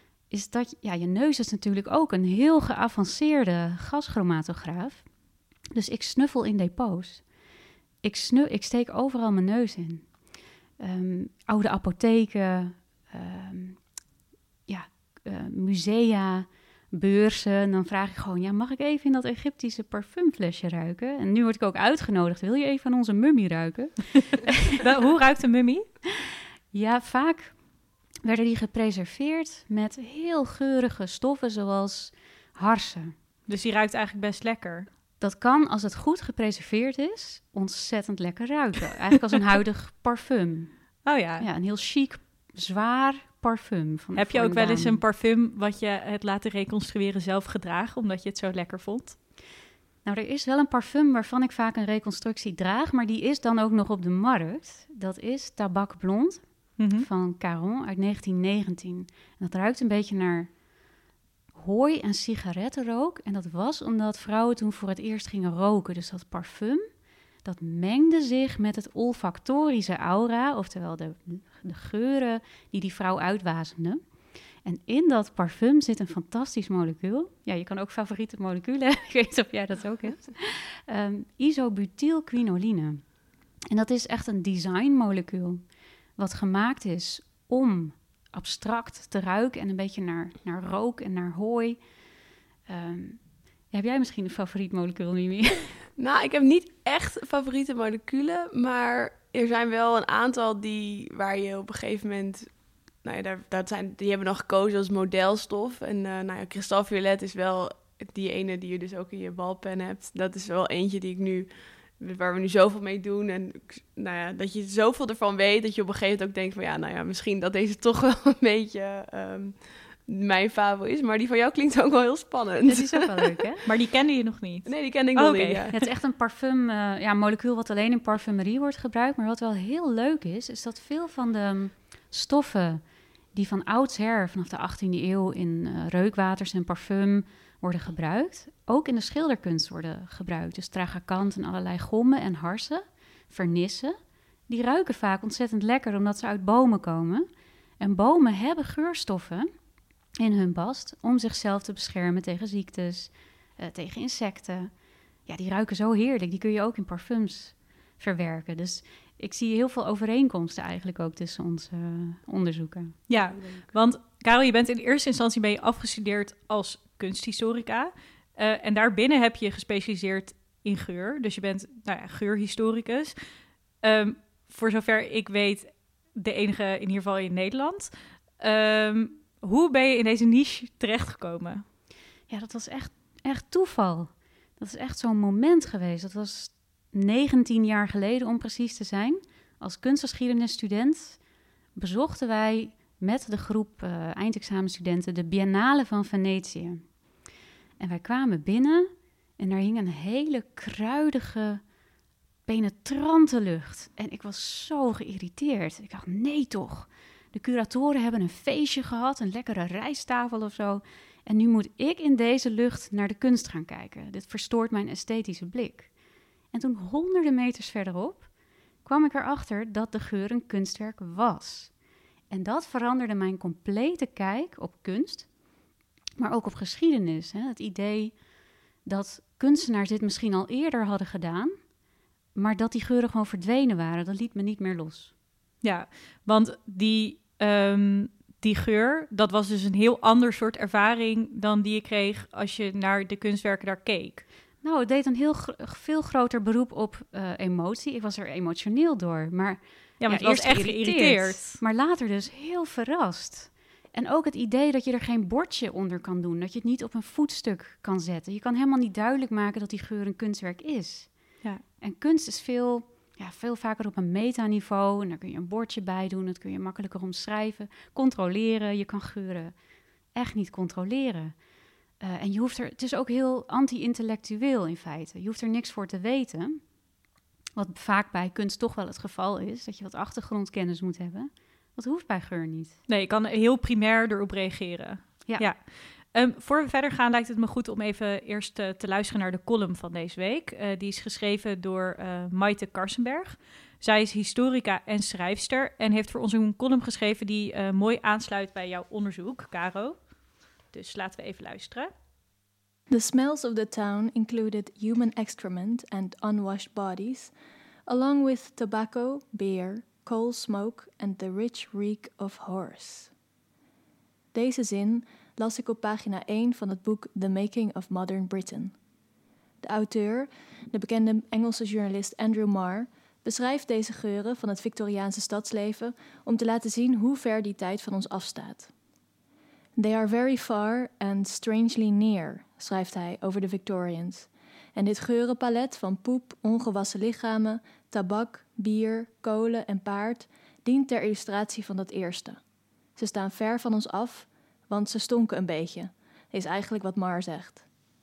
is dat, ja, je neus is natuurlijk ook een heel geavanceerde gaschromatograaf. Dus ik snuffel in depots. Ik, snu- ik steek overal mijn neus in. Um, oude apotheken, um, ja, uh, musea, beurzen. En dan vraag ik gewoon, ja, mag ik even in dat Egyptische parfumflesje ruiken? En nu word ik ook uitgenodigd. Wil je even aan onze mummie ruiken? Hoe ruikt een mummie? Ja, vaak werden die gepreserveerd met heel geurige stoffen zoals harsen. Dus die ruikt eigenlijk best lekker. Dat kan, als het goed gepreserveerd is, ontzettend lekker ruiken. Eigenlijk als een huidig parfum. Oh ja. Ja, een heel chic, zwaar parfum. Van, Heb je ook wel eens een parfum wat je hebt laten reconstrueren zelf gedragen, omdat je het zo lekker vond? Nou, er is wel een parfum waarvan ik vaak een reconstructie draag, maar die is dan ook nog op de markt. Dat is Tabak Blonde mm-hmm. van Caron uit negentien negentien. En dat ruikt een beetje naar hooi en sigarettenrook. En dat was omdat vrouwen toen voor het eerst gingen roken. Dus dat parfum, dat mengde zich met het olfactorische aura, oftewel de, de geuren die die vrouw uitwasemde. En in dat parfum zit een fantastisch molecuul. Ja, je kan ook favoriete moleculen. Ik weet niet of jij dat ook hebt. Um, isobutylquinoline. En dat is echt een designmolecuul wat gemaakt is om abstract te ruiken en een beetje naar, naar rook en naar hooi. Um, heb jij misschien een favoriet molecuul, Mimi? Nou, ik heb niet echt favoriete moleculen, maar er zijn wel een aantal die waar je op een gegeven moment, nou ja, daar, dat zijn, die hebben we dan gekozen als modelstof. En uh, nou ja, kristalviolet is wel die ene die je dus ook in je balpen hebt. Dat is wel eentje die ik nu, waar we nu zoveel mee doen. En nou ja, dat je zoveel ervan weet, dat je op een gegeven moment ook denkt van ja, nou ja, misschien dat deze toch wel een beetje um, mijn fabel is. Maar die van jou klinkt ook wel heel spannend. Ja, die is ook wel leuk, hè? Maar die kende je nog niet? Nee, die kende ik oh, nog okay. niet. Ja. Ja, het is echt een parfum, uh, ja, molecuul wat alleen in parfumerie wordt gebruikt. Maar wat wel heel leuk is, is dat veel van de stoffen die van oudsher, vanaf de achttiende eeuw, in uh, reukwaters en parfum worden gebruikt, ook in de schilderkunst worden gebruikt. Dus tragakant en allerlei gommen en harsen, vernissen, die ruiken vaak ontzettend lekker omdat ze uit bomen komen. En bomen hebben geurstoffen in hun bast om zichzelf te beschermen tegen ziektes, uh, tegen insecten. Ja, die ruiken zo heerlijk. Die kun je ook in parfums verwerken. Dus ik zie heel veel overeenkomsten eigenlijk ook tussen onze uh, onderzoeken. Ja, want Karel, je bent in eerste instantie ben je afgestudeerd als kunsthistorica. Uh, en daarbinnen heb je gespecialiseerd in geur. Dus je bent nou ja, geurhistoricus. Um, voor zover ik weet, de enige in ieder geval in Nederland. Um, hoe ben je in deze niche terechtgekomen? Ja, dat was echt, echt toeval. Dat is echt zo'n moment geweest. Dat was negentien jaar geleden, om precies te zijn. Als kunstgeschiedenisstudent bezochten wij met de groep uh, eindexamenstudenten de Biennale van Venetië. En wij kwamen binnen en daar hing een hele kruidige, penetrante lucht. En ik was zo geïrriteerd. Ik dacht, nee toch. De curatoren hebben een feestje gehad, een lekkere rijsttafel of zo. En nu moet ik in deze lucht naar de kunst gaan kijken. Dit verstoort mijn esthetische blik. En toen honderden meters verderop kwam ik erachter dat de geur een kunstwerk was. En dat veranderde mijn complete kijk op kunst, maar ook op geschiedenis. Hè? Het idee dat kunstenaars dit misschien al eerder hadden gedaan, maar dat die geuren gewoon verdwenen waren, dat liet me niet meer los. Ja, want die, um, die geur, dat was dus een heel ander soort ervaring dan die je kreeg als je naar de kunstwerken daar keek. Nou, het deed een heel gro- veel groter beroep op uh, emotie. Ik was er emotioneel door, maar ja, maar ja, het was echt geïrriteerd. Maar later dus heel verrast. En ook het idee dat je er geen bordje onder kan doen, dat je het niet op een voetstuk kan zetten. Je kan helemaal niet duidelijk maken dat die geur een kunstwerk is. Ja. En kunst is veel, ja, veel vaker op een metaniveau. En daar kun je een bordje bij doen, dat kun je makkelijker omschrijven. Controleren, je kan geuren echt niet controleren. Uh, en je hoeft er, het is ook heel anti-intellectueel in feite. Je hoeft er niks voor te weten. Wat vaak bij kunst toch wel het geval is, dat je wat achtergrondkennis moet hebben. Dat hoeft bij geur niet. Nee, je kan heel primair erop reageren. Ja. ja. Um, voor we verder gaan, lijkt het me goed om even eerst uh, te luisteren naar de column van deze week. Uh, die is geschreven door uh, Maite Karsenberg. Zij is historica en schrijfster en heeft voor ons een column geschreven die uh, mooi aansluit bij jouw onderzoek, Caro. Dus laten we even luisteren. The smells of the town included human excrement and unwashed bodies, along with tobacco, beer, coal smoke and the rich reek of horse. Deze zin las ik op pagina één van het boek The Making of Modern Britain. De auteur, de bekende Engelse journalist Andrew Marr, beschrijft deze geuren van het Victoriaanse stadsleven om te laten zien hoe ver die tijd van ons afstaat. They are very far and strangely near, schrijft hij over de Victorians. En dit geurenpalet van poep, ongewassen lichamen, tabak, bier, kolen en paard dient ter illustratie van dat eerste. Ze staan ver van ons af, want ze stonken een beetje, is eigenlijk wat Marr zegt.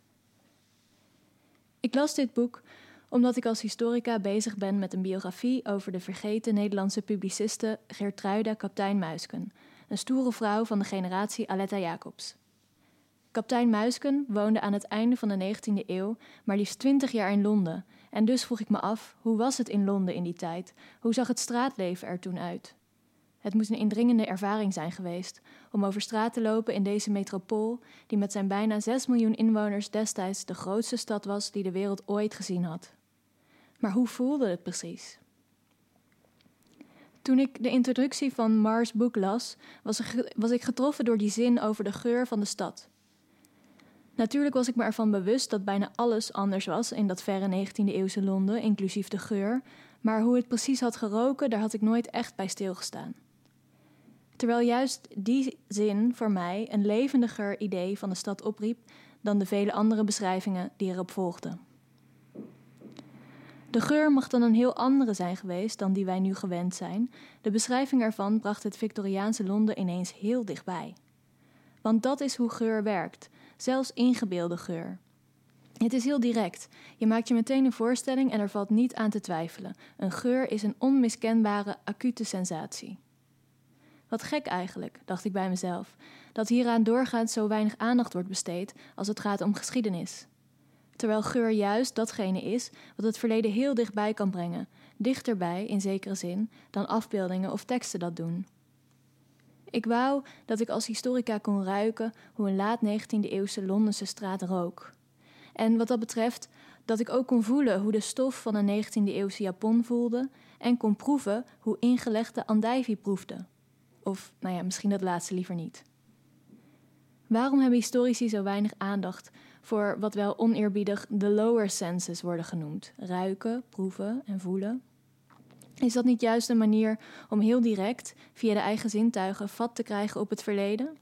Ik las dit boek omdat ik als historica bezig ben met een biografie over de vergeten Nederlandse publiciste Geertruida Kaptein Muysken, een stoere vrouw van de generatie Aletta Jacobs. Kaptein Muysken woonde aan het einde van de negentiende eeuw maar liefst twintig jaar in Londen. En dus vroeg ik me af, hoe was het in Londen in die tijd? Hoe zag het straatleven er toen uit? Het moet een indringende ervaring zijn geweest om over straat te lopen in deze metropool die met zijn bijna zes miljoen inwoners destijds de grootste stad was die de wereld ooit gezien had. Maar hoe voelde het precies? Toen ik de introductie van Marr's boek las, was, er, was ik getroffen door die zin over de geur van de stad. Natuurlijk was ik me ervan bewust dat bijna alles anders was in dat verre negentiende eeuwse Londen, inclusief de geur, maar hoe het precies had geroken, daar had ik nooit echt bij stilgestaan. Terwijl juist die zin voor mij een levendiger idee van de stad opriep dan de vele andere beschrijvingen die erop volgden. De geur mag dan een heel andere zijn geweest dan die wij nu gewend zijn. De beschrijving ervan bracht het Victoriaanse Londen ineens heel dichtbij. Want dat is hoe geur werkt, zelfs ingebeelde geur. Het is heel direct. Je maakt je meteen een voorstelling en er valt niet aan te twijfelen. Een geur is een onmiskenbare, acute sensatie. Wat gek eigenlijk, dacht ik bij mezelf, dat hieraan doorgaans zo weinig aandacht wordt besteed als het gaat om geschiedenis. Terwijl geur juist datgene is wat het verleden heel dichtbij kan brengen, dichterbij in zekere zin dan afbeeldingen of teksten dat doen. Ik wou dat ik als historica kon ruiken hoe een laat negentiende eeuwse Londense straat rook. En wat dat betreft, dat ik ook kon voelen hoe de stof van een negentiende eeuwse japon voelde en kon proeven hoe ingelegde andijvie proefde. Of, nou ja, misschien dat laatste liever niet. Waarom hebben historici zo weinig aandacht voor wat wel oneerbiedig de lower senses worden genoemd? Ruiken, proeven en voelen. Is dat niet juist een manier om heel direct, via de eigen zintuigen, vat te krijgen op het verleden?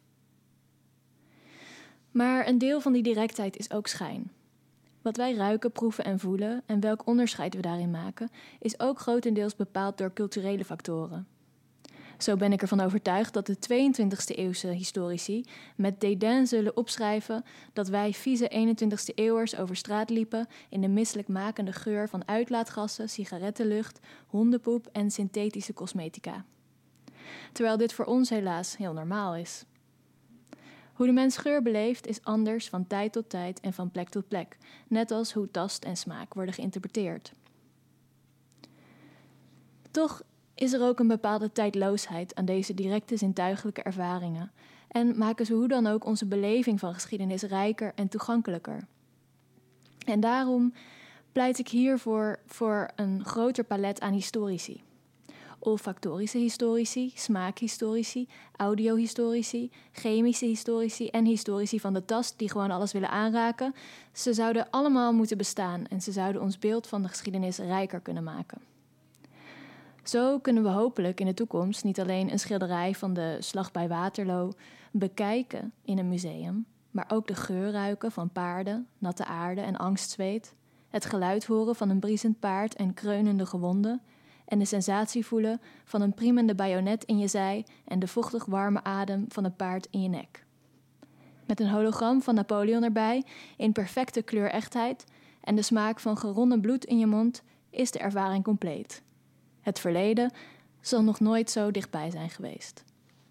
Maar een deel van die directheid is ook schijn. Wat wij ruiken, proeven en voelen en welk onderscheid we daarin maken, is ook grotendeels bepaald door culturele factoren. Zo ben ik ervan overtuigd dat de tweeëntwintigste eeuwse historici met dédain zullen opschrijven dat wij vieze eenentwintigste eeuwers over straat liepen in de misselijkmakende geur van uitlaatgassen, sigarettenlucht, hondenpoep en synthetische cosmetica. Terwijl dit voor ons helaas heel normaal is. Hoe de mens geur beleeft is anders van tijd tot tijd en van plek tot plek, net als hoe tast en smaak worden geïnterpreteerd. Toch is er ook een bepaalde tijdloosheid aan deze directe zintuigelijke ervaringen en maken ze hoe dan ook onze beleving van geschiedenis rijker en toegankelijker. En daarom pleit ik hiervoor voor een groter palet aan historici. Olfactorische historici, smaakhistorici, audiohistorici, chemische historici en historici van de tast die gewoon alles willen aanraken. Ze zouden allemaal moeten bestaan en ze zouden ons beeld van de geschiedenis rijker kunnen maken. Zo kunnen we hopelijk in de toekomst niet alleen een schilderij van de Slag bij Waterloo bekijken in een museum, maar ook de geur ruiken van paarden, natte aarde en angstzweet, het geluid horen van een briesend paard en kreunende gewonden en de sensatie voelen van een priemende bajonet in je zij en de vochtig warme adem van een paard in je nek. Met een hologram van Napoleon erbij, in perfecte kleurechtheid en de smaak van geronnen bloed in je mond, is de ervaring compleet. Het verleden zal nog nooit zo dichtbij zijn geweest.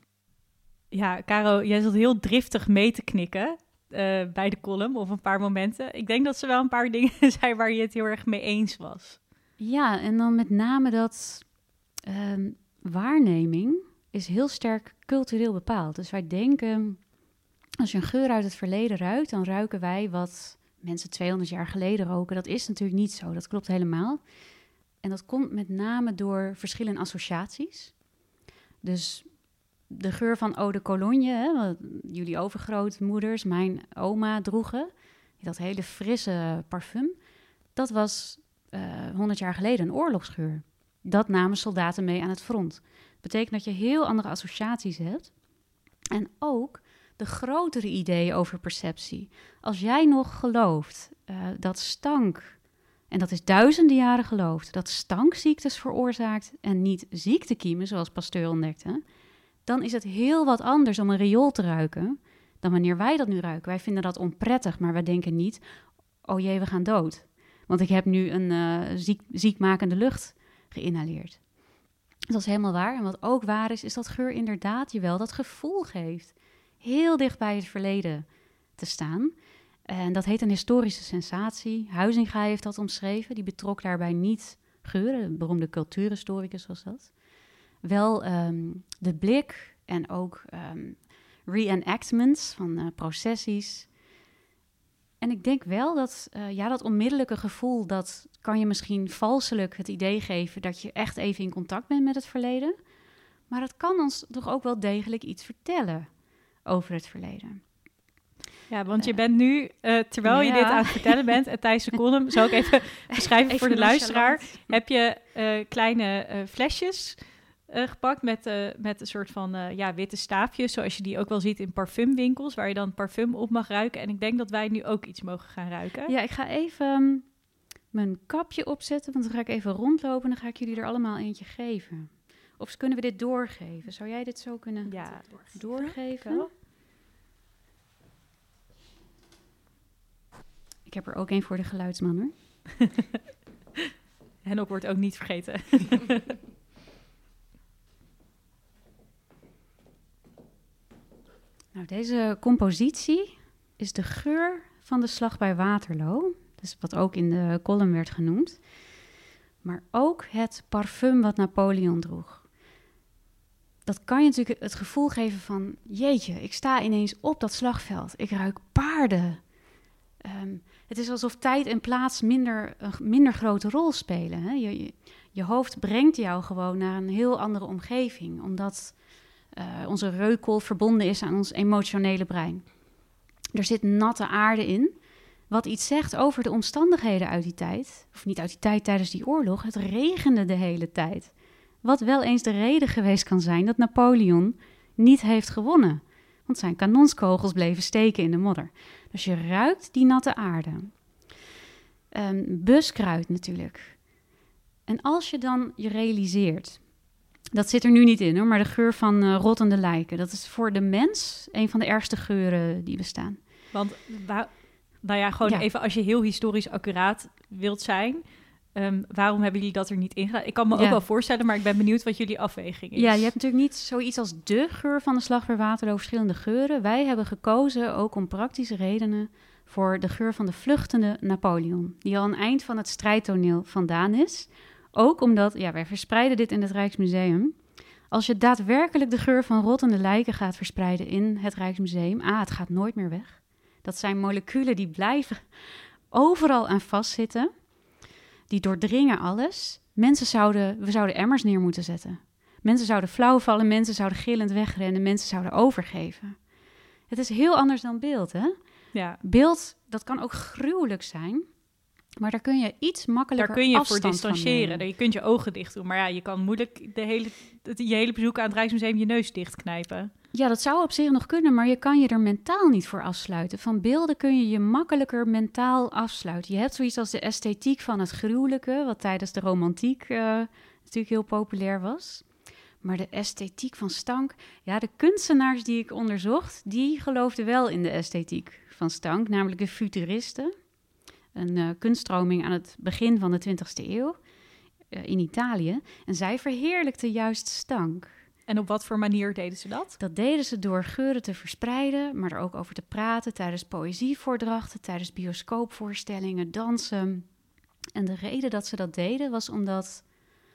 Ja, Caro, jij zat heel driftig mee te knikken uh, bij de column op een paar momenten. Ik denk dat ze wel een paar dingen zei waar je het heel erg mee eens was. Ja, en dan met name dat uh, waarneming is heel sterk cultureel bepaald. Dus wij denken, als je een geur uit het verleden ruikt, dan ruiken wij wat mensen tweehonderd jaar geleden roken. Dat is natuurlijk niet zo, dat klopt helemaal. En dat komt met name door verschillende associaties. Dus de geur van eau de cologne, hè, wat jullie overgrootmoeders, mijn oma droegen, dat hele frisse parfum, dat was uh, honderd jaar geleden een oorlogsgeur. Dat namen soldaten mee aan het front. Dat betekent dat je heel andere associaties hebt. En ook de grotere ideeën over perceptie. Als jij nog gelooft uh, dat stank, en dat is duizenden jaren geloofd, dat stankziektes veroorzaakt en niet ziektekiemen, zoals Pasteur ontdekte, dan is het heel wat anders om een riool te ruiken dan wanneer wij dat nu ruiken. Wij vinden dat onprettig, maar wij denken niet, oh jee, we gaan dood. Want ik heb nu een uh, ziek, ziekmakende lucht geïnhaleerd. Dat is helemaal waar. En wat ook waar is, is dat geur inderdaad je wel dat gevoel geeft. Heel dicht bij het verleden te staan. En dat heet een historische sensatie. Huizinga heeft dat omschreven. Die betrok daarbij niet geuren. Een beroemde cultuurhistoricus was dat. Wel um, de blik en ook um, reenactments van uh, processies. En ik denk wel dat uh, ja, dat onmiddellijke gevoel, dat kan je misschien valselijk het idee geven dat je echt even in contact bent met het verleden. Maar het kan ons toch ook wel degelijk iets vertellen over het verleden. Ja, want je bent nu, uh, terwijl ja. je dit aan het vertellen bent, en tijdens de column, zou ik even beschrijven even voor de luisteraar, heb je uh, kleine uh, flesjes uh, gepakt met, uh, met een soort van uh, ja, witte staafjes, zoals je die ook wel ziet in parfumwinkels, waar je dan parfum op mag ruiken. En ik denk dat wij nu ook iets mogen gaan ruiken. Ja, ik ga even um, mijn kapje opzetten, want dan ga ik even rondlopen en dan ga ik jullie er allemaal eentje geven. Of kunnen we dit doorgeven? Zou jij dit zo kunnen ja, doorgeven? Wel. Ik heb er ook een voor de geluidsman, hoor. Henok wordt ook niet vergeten. Nou, deze compositie is de geur van de slag bij Waterloo. Dus wat ook in de column werd genoemd. Maar ook het parfum wat Napoleon droeg. Dat kan je natuurlijk het gevoel geven van... jeetje, ik sta ineens op dat slagveld. Ik ruik paarden. Um, het is alsof tijd en plaats minder, een minder grote rol spelen. Hè? Je, je, je hoofd brengt jou gewoon naar een heel andere omgeving. Omdat uh, onze reukol verbonden is aan ons emotionele brein. Er zit natte aarde in... wat iets zegt over de omstandigheden uit die tijd. Of niet uit die tijd, tijdens die oorlog. Het regende de hele tijd. Wat wel eens de reden geweest kan zijn dat Napoleon niet heeft gewonnen. Want zijn kanonskogels bleven steken in de modder. Dus je ruikt die natte aarde. Um, buskruid natuurlijk. En als je dan je realiseert... dat zit er nu niet in hoor, maar de geur van uh, rottende lijken. Dat is voor de mens een van de ergste geuren die bestaan. Want... Waar... Nou ja, gewoon ja. even als je heel historisch accuraat wilt zijn... Um, waarom hebben jullie dat er niet in gedaan? Ik kan me ja. ook wel voorstellen, maar ik ben benieuwd wat jullie afweging is. Ja, je hebt natuurlijk niet zoiets als de geur van de slag bij Waterloo, verschillende geuren. Wij hebben gekozen, ook om praktische redenen, voor de geur van de vluchtende Napoleon. Die al aan het eind van het strijdtoneel vandaan is. Ook omdat, ja, wij verspreiden dit in het Rijksmuseum. Als je daadwerkelijk de geur van rottende lijken gaat verspreiden in het Rijksmuseum... ah, het gaat nooit meer weg. Dat zijn moleculen die blijven overal aan vastzitten. Die doordringen alles. Mensen zouden, we zouden emmers neer moeten zetten. Mensen zouden flauw vallen, mensen zouden gillend wegrennen, mensen zouden overgeven. Het is heel anders dan beeld, hè? Ja. Beeld, dat kan ook gruwelijk zijn, maar daar kun je iets makkelijker Daar kun je afstand voor distancieren. Je kunt je ogen dicht doen, maar ja, je kan moeilijk de hele, de, je hele bezoek aan het Rijksmuseum je neus dichtknijpen. Ja, dat zou op zich nog kunnen, maar je kan je er mentaal niet voor afsluiten. Van beelden kun je je makkelijker mentaal afsluiten. Je hebt zoiets als de esthetiek van het gruwelijke, wat tijdens de romantiek uh, natuurlijk heel populair was. Maar de esthetiek van stank, ja, de kunstenaars die ik onderzocht, die geloofden wel in de esthetiek van stank, namelijk de futuristen. Een uh, kunststroming aan het begin van de twintigste eeuw uh, in Italië. En zij verheerlijkten juist stank. En op wat voor manier deden ze dat? Dat deden ze door geuren te verspreiden, maar er ook over te praten tijdens poëzievoordrachten, tijdens bioscoopvoorstellingen, dansen. En de reden dat ze dat deden was omdat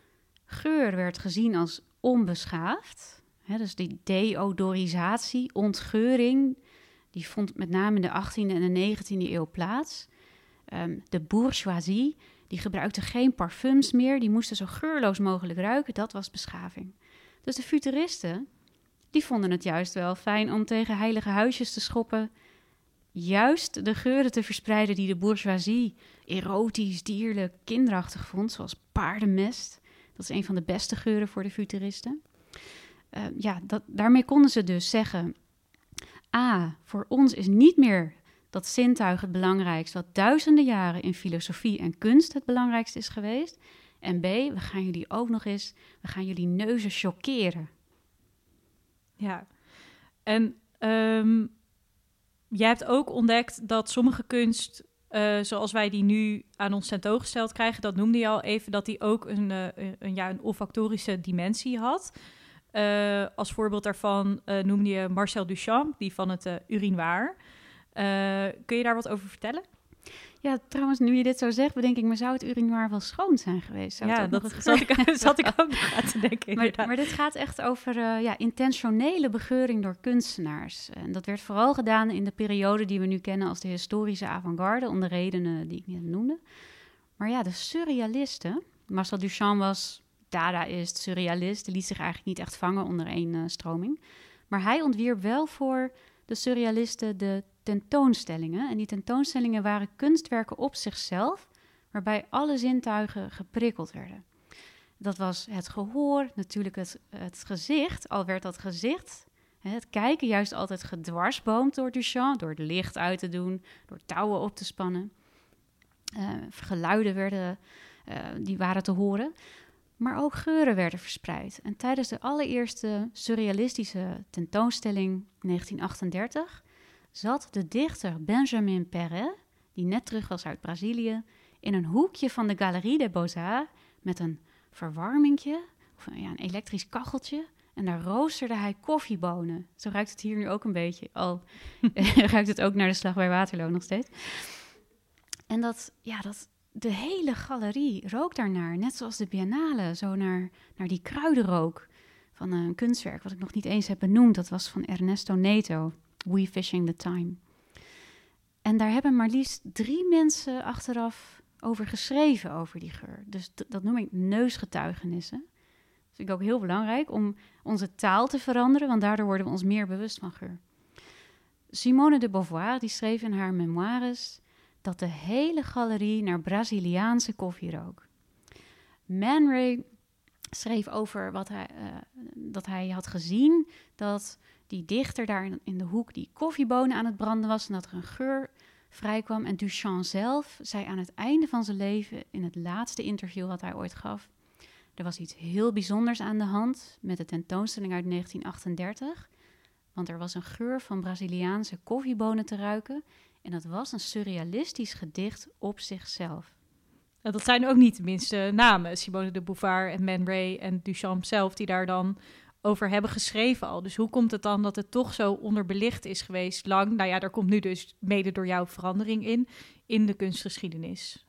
geur werd gezien als onbeschaafd. He, dus die deodorisatie, ontgeuring, die vond met name in de achttiende en de negentiende eeuw plaats. Um, de bourgeoisie, die gebruikte geen parfums meer, die moesten zo geurloos mogelijk ruiken, dat was beschaving. Dus de futuristen, die vonden het juist wel fijn om tegen heilige huisjes te schoppen, juist de geuren te verspreiden die de bourgeoisie erotisch, dierlijk, kinderachtig vond, zoals paardenmest. Dat is een van de beste geuren voor de futuristen. Uh, ja, dat, daarmee konden ze dus zeggen, A, voor ons is niet meer dat zintuig het belangrijkste, wat duizenden jaren in filosofie en kunst het belangrijkste is geweest. En B, we gaan jullie ook nog eens, we gaan jullie neuzen chockeren. Ja, en um, jij hebt ook ontdekt dat sommige kunst, uh, zoals wij die nu aan ons tentoongesteld krijgen, dat noemde je al even, dat die ook een, uh, een, ja, een olfactorische dimensie had. Uh, als voorbeeld daarvan uh, noemde je Marcel Duchamp, die van het uh, urinoir. Uh, kun je daar wat over vertellen? Ja, trouwens, nu je dit zo zegt, bedenk ik me, zou het urinoir wel schoon zijn geweest? Zou ja, het dat nog het zat ik, zat ik ook nog aan te denken. Maar, maar dit gaat echt over uh, ja, intentionele begeuring door kunstenaars. En dat werd vooral gedaan in de periode die we nu kennen als de historische avant-garde, om de redenen die ik net noemde. Maar ja, de surrealisten, Marcel Duchamp was dadaïst, surrealist, liet zich eigenlijk niet echt vangen onder één uh, stroming. Maar hij ontwierp wel voor de surrealisten de tentoonstellingen. En die tentoonstellingen waren kunstwerken op zichzelf, waarbij alle zintuigen geprikkeld werden. Dat was het gehoor, natuurlijk het, het gezicht. Al werd dat gezicht, hè, het kijken, juist altijd gedwarsboomd door Duchamp. Door het licht uit te doen, door touwen op te spannen. Uh, geluiden werden, uh, die waren te horen. Maar ook geuren werden verspreid. En tijdens de allereerste surrealistische tentoonstelling negentien achtendertig... zat de dichter Benjamin Perret, die net terug was uit Brazilië, in een hoekje van de Galerie des Beaux-Arts met een verwarmingje, of een, ja, een elektrisch kacheltje. En daar roosterde hij koffiebonen. Zo ruikt het hier nu ook een beetje. Al ruikt het ook naar de Slag bij Waterloo nog steeds. En dat, ja, dat, de hele galerie rook daarnaar. Net zoals de Biennale, zo naar, naar die kruidenrook van een kunstwerk wat ik nog niet eens heb benoemd. Dat was van Ernesto Neto, We Fishing the Time. En daar hebben maar liefst drie mensen achteraf over geschreven, over die geur. Dus d- dat noem ik neusgetuigenissen. Dat vind ik ook heel belangrijk om onze taal te veranderen, want daardoor worden we ons meer bewust van geur. Simone de Beauvoir die schreef in haar memoires dat de hele galerie naar Braziliaanse koffie rook. Man Ray schreef over wat hij, uh, dat hij had gezien, dat die dichter daar in, in de hoek die koffiebonen aan het branden was en dat er een geur vrijkwam. En Duchamp zelf zei aan het einde van zijn leven, in het laatste interview wat hij ooit gaf, er was iets heel bijzonders aan de hand met de tentoonstelling uit negentien achtendertig. Want er was een geur van Braziliaanse koffiebonen te ruiken. En dat was een surrealistisch gedicht op zichzelf. Nou, dat zijn ook niet de minste namen. Simone de Beauvoir en Man Ray en Duchamp zelf, die daar dan over hebben geschreven al. Dus hoe komt het dan dat het toch zo onderbelicht is geweest lang? Nou ja, daar komt nu dus mede door jou verandering in, in de kunstgeschiedenis.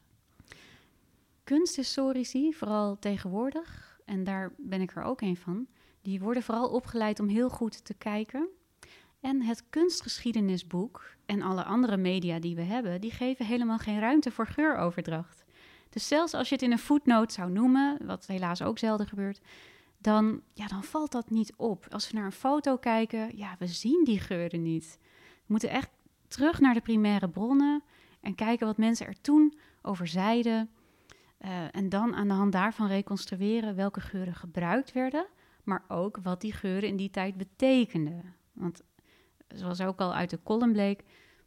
Kunsthistorici, vooral tegenwoordig, en daar ben ik er ook een van, die worden vooral opgeleid om heel goed te kijken. En het kunstgeschiedenisboek en alle andere media die we hebben, die geven helemaal geen ruimte voor geuroverdracht. Dus zelfs als je het in een footnote zou noemen, wat helaas ook zelden gebeurt, dan, ja, dan valt dat niet op. Als we naar een foto kijken, ja, we zien die geuren niet. We moeten echt terug naar de primaire bronnen en kijken wat mensen er toen over zeiden. Uh, en dan aan de hand daarvan reconstrueren welke geuren gebruikt werden, maar ook wat die geuren in die tijd betekenden. Want zoals ook al uit de column bleek,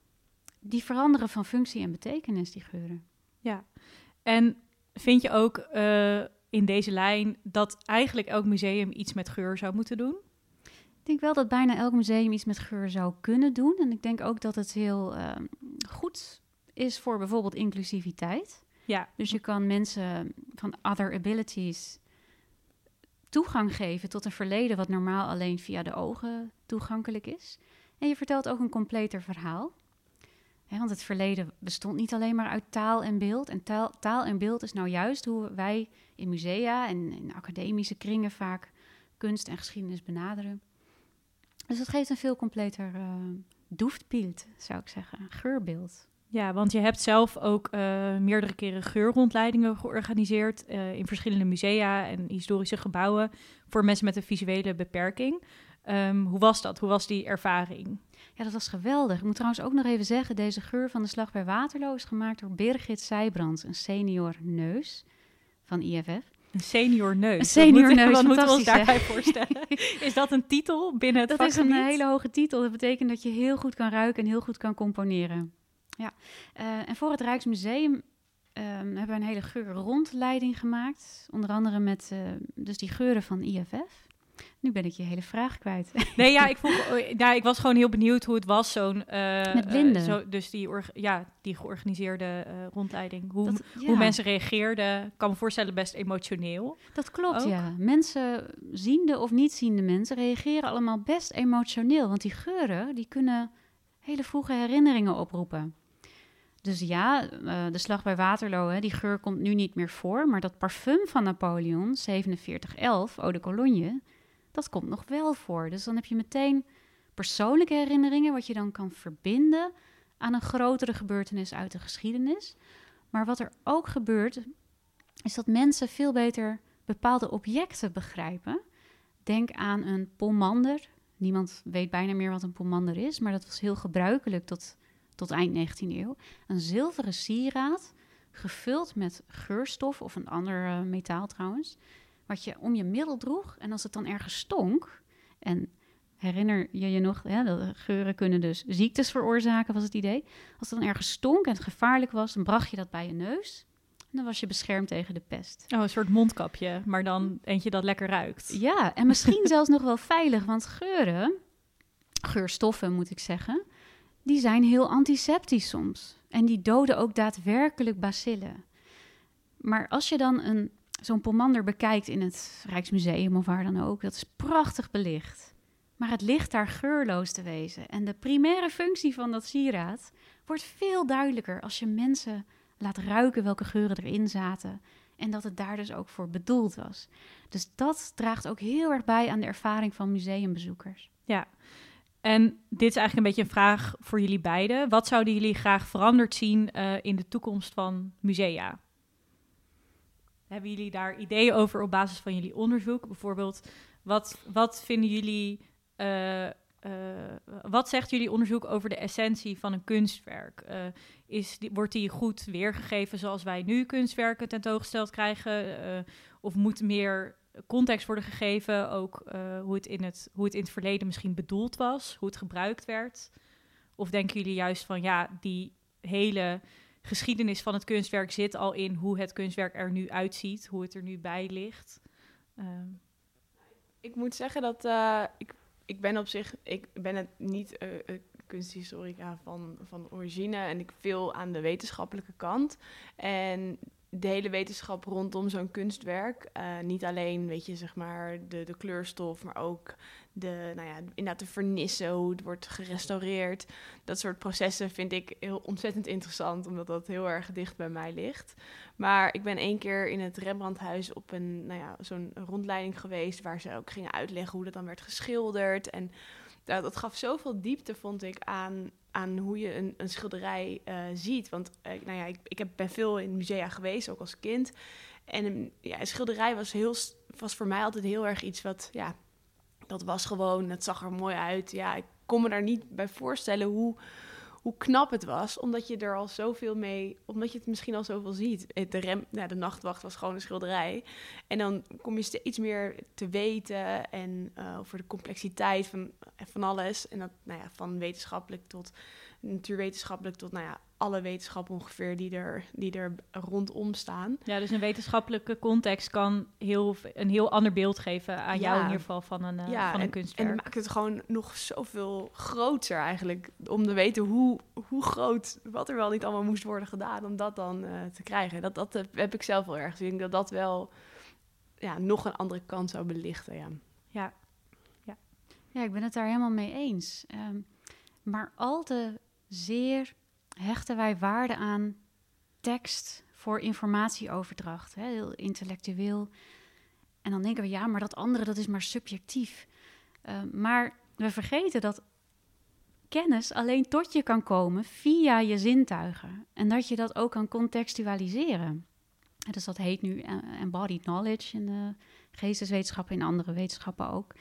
die veranderen van functie en betekenis, die geuren. Ja, en vind je ook uh, in deze lijn dat eigenlijk elk museum iets met geur zou moeten doen? Ik denk wel dat bijna elk museum iets met geur zou kunnen doen. En ik denk ook dat het heel uh, goed is voor bijvoorbeeld inclusiviteit. Ja. Dus je kan mensen van other abilities toegang geven tot een verleden wat normaal alleen via de ogen toegankelijk is. En je vertelt ook een completer verhaal. He, want het verleden bestond niet alleen maar uit taal en beeld. En taal, taal en beeld is nou juist hoe wij in musea en in academische kringen vaak kunst en geschiedenis benaderen. Dus dat geeft een veel completer uh, doeftbeeld, zou ik zeggen, een geurbeeld. Ja, want je hebt zelf ook uh, meerdere keren geurrondleidingen georganiseerd uh, in verschillende musea en historische gebouwen voor mensen met een visuele beperking. Um, hoe was dat? Hoe was die ervaring? Ja, dat was geweldig. Ik moet trouwens ook nog even zeggen, deze geur van de Slag bij Waterloo is gemaakt door Birgit Sijbrands, een senior neus van I F F. Een senior neus? Een senior wat neus, Wat moeten we ons hè? daarbij voorstellen? Is dat een titel binnen het dat vakgebied? Dat is een hele hoge titel. Dat betekent dat je heel goed kan ruiken en heel goed kan componeren. Ja, uh, en voor het Rijksmuseum um, hebben we een hele geurrondleiding gemaakt. Onder andere met uh, dus die geuren van I F F. Nu ben ik je hele vraag kwijt. Nee, ja, ik, vroeg, ja, ik was gewoon heel benieuwd hoe het was, zo'n... Uh, met blinden. Uh, zo, dus die, orga, ja, die georganiseerde uh, rondleiding. Hoe, dat, ja. hoe mensen reageerden, ik kan me voorstellen best emotioneel. Dat klopt, ook. Ja. Mensen, ziende of niet ziende mensen, reageren allemaal best emotioneel. Want die geuren, die kunnen hele vroege herinneringen oproepen. Dus ja, uh, de Slag bij Waterloo, hè, die geur komt nu niet meer voor. Maar dat parfum van Napoleon, zevenenveertig elf, Eau de Cologne, dat komt nog wel voor. Dus dan heb je meteen persoonlijke herinneringen, wat je dan kan verbinden aan een grotere gebeurtenis uit de geschiedenis. Maar wat er ook gebeurt, is dat mensen veel beter bepaalde objecten begrijpen. Denk aan een pomander. Niemand weet bijna meer wat een pomander is, maar dat was heel gebruikelijk tot... tot eind negentiende eeuw, een zilveren sieraad, gevuld met geurstof, of een ander uh, metaal trouwens, wat je om je middel droeg. En als het dan ergens stonk, en herinner je je nog, hè, dat geuren kunnen dus ziektes veroorzaken, was het idee. Als het dan ergens stonk en het gevaarlijk was, dan bracht je dat bij je neus. En dan was je beschermd tegen de pest. Oh, een soort mondkapje, maar dan eentje dat lekker ruikt. Ja, en misschien zelfs nog wel veilig, want geuren, geurstoffen moet ik zeggen, die zijn heel antiseptisch soms. En die doden ook daadwerkelijk bacillen. Maar als je dan een, zo'n pomander bekijkt in het Rijksmuseum of waar dan ook, dat is prachtig belicht. Maar het ligt daar geurloos te wezen. En de primaire functie van dat sieraad wordt veel duidelijker als je mensen laat ruiken welke geuren erin zaten. En dat het daar dus ook voor bedoeld was. Dus dat draagt ook heel erg bij aan de ervaring van museumbezoekers. Ja, en dit is eigenlijk een beetje een vraag voor jullie beiden. Wat zouden jullie graag veranderd zien uh, in de toekomst van musea? Hebben jullie daar ideeën over op basis van jullie onderzoek? Bijvoorbeeld, wat, wat vinden jullie... Uh, uh, wat zegt jullie onderzoek over de essentie van een kunstwerk? Uh, is die, wordt die goed weergegeven zoals wij nu kunstwerken tentoongesteld krijgen? Uh, of moet meer context worden gegeven, ook uh, hoe, het in het, hoe het in het verleden misschien bedoeld was, hoe het gebruikt werd? Of denken jullie juist van, ja, die hele geschiedenis van het kunstwerk zit al in hoe het kunstwerk er nu uitziet, hoe het er nu bij ligt? Uh. Ik moet zeggen dat uh, ik, ik ben op zich, ik ben het niet uh, uh, kunsthistorica van, van origine en ik veel aan de wetenschappelijke kant. En de hele wetenschap rondom zo'n kunstwerk, uh, niet alleen, weet je, zeg maar, de, de kleurstof, maar ook de, nou ja, inderdaad de vernissen, hoe het wordt gerestaureerd. Dat soort processen vind ik heel ontzettend interessant, omdat dat heel erg dicht bij mij ligt. Maar ik ben één keer in het Rembrandthuis op een, nou ja, zo'n rondleiding geweest, waar ze ook gingen uitleggen hoe dat dan werd geschilderd. En dat, dat gaf zoveel diepte, vond ik, aan, aan hoe je een, een schilderij uh, ziet. Want uh, nou ja, ik, ik heb, ben veel in musea geweest, ook als kind. En um, ja, een schilderij was, heel, was voor mij altijd heel erg iets wat, ja, dat was gewoon, het zag er mooi uit. Ja, ik kon me daar niet bij voorstellen hoe, hoe knap het was, omdat je er al zoveel mee, omdat je het misschien al zoveel ziet. De, rem, nou, de nachtwacht was gewoon een schilderij. En dan kom je steeds meer te weten en uh, over de complexiteit van, van alles. En dat, nou ja, van wetenschappelijk tot natuurwetenschappelijk tot, nou ja, alle wetenschappen ongeveer die er, die er rondom staan. Ja, dus een wetenschappelijke context kan heel, een heel ander beeld geven aan ja. jou in ieder geval van een, uh, ja, van een en, kunstwerk. En dat maakt het gewoon nog zoveel groter eigenlijk, om te weten hoe, hoe groot, wat er wel niet allemaal moest worden gedaan om dat dan uh, te krijgen. Dat, dat heb ik zelf wel erg. Dus ik denk dat dat wel ja, nog een andere kant zou belichten, ja. Ja, ja. Ja, ik ben het daar helemaal mee eens. Um, maar al te zeer hechten wij waarde aan tekst voor informatieoverdracht. Hè? Heel intellectueel. En dan denken we, ja, maar dat andere, dat is maar subjectief. Uh, maar we vergeten dat kennis alleen tot je kan komen via je zintuigen. En dat je dat ook kan contextualiseren. Dus dat heet nu embodied knowledge in de geesteswetenschappen, in andere wetenschappen ook.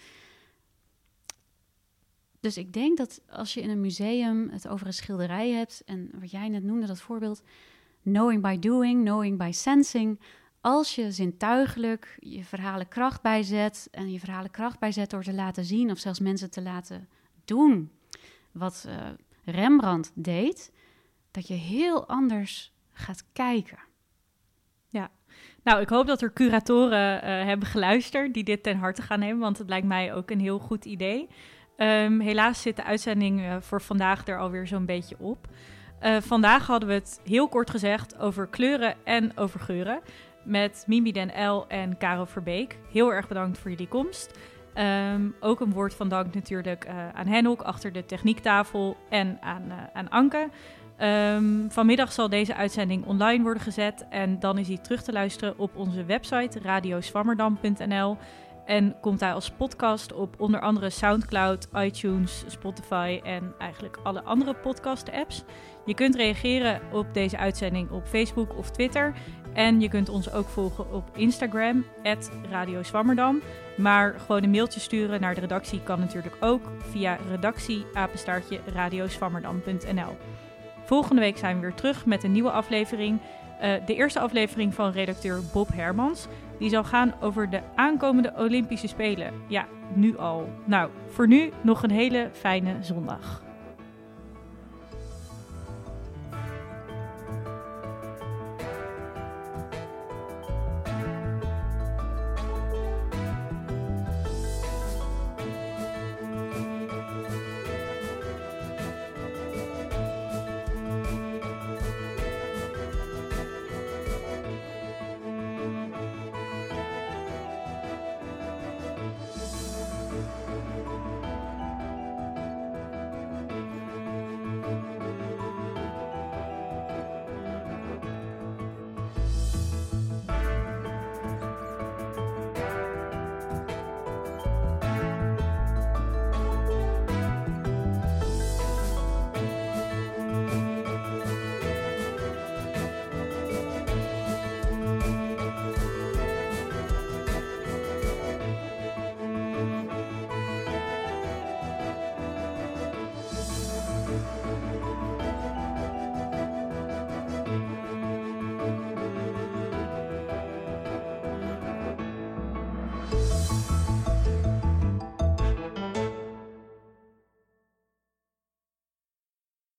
Dus ik denk dat als je in een museum het over een schilderij hebt, en wat jij net noemde, dat voorbeeld, knowing by doing, knowing by sensing, als je zintuigelijk je verhalen kracht bijzet, en je verhalen kracht bijzet door te laten zien, of zelfs mensen te laten doen wat uh, Rembrandt deed, dat je heel anders gaat kijken. Ja, nou, ik hoop dat er curatoren uh, hebben geluisterd die dit ten harte gaan nemen, want het lijkt mij ook een heel goed idee. Um, helaas zit de uitzending uh, voor vandaag er alweer zo'n beetje op. Uh, vandaag hadden we het heel kort gezegd over kleuren en over geuren met Mimi Den Uyl en Caro Verbeek. Heel erg bedankt voor jullie komst. Um, ook een woord van dank natuurlijk uh, aan Henok achter de techniektafel en aan, uh, aan Anke. Um, vanmiddag zal deze uitzending online worden gezet en dan is hij terug te luisteren op onze website radio swammerdam punt n l. En komt hij als podcast op onder andere Soundcloud, iTunes, Spotify en eigenlijk alle andere podcast-apps. Je kunt reageren op deze uitzending op Facebook of Twitter. En je kunt ons ook volgen op Instagram, at Radio Swammerdam. Maar gewoon een mailtje sturen naar de redactie kan natuurlijk ook via redactie apenstaartje radio swammerdam punt n l. Volgende week zijn we weer terug met een nieuwe aflevering. Uh, de eerste aflevering van redacteur Bob Hermans. Die zal gaan over de aankomende Olympische Spelen. Ja, nu al. Nou, voor nu nog een hele fijne zondag.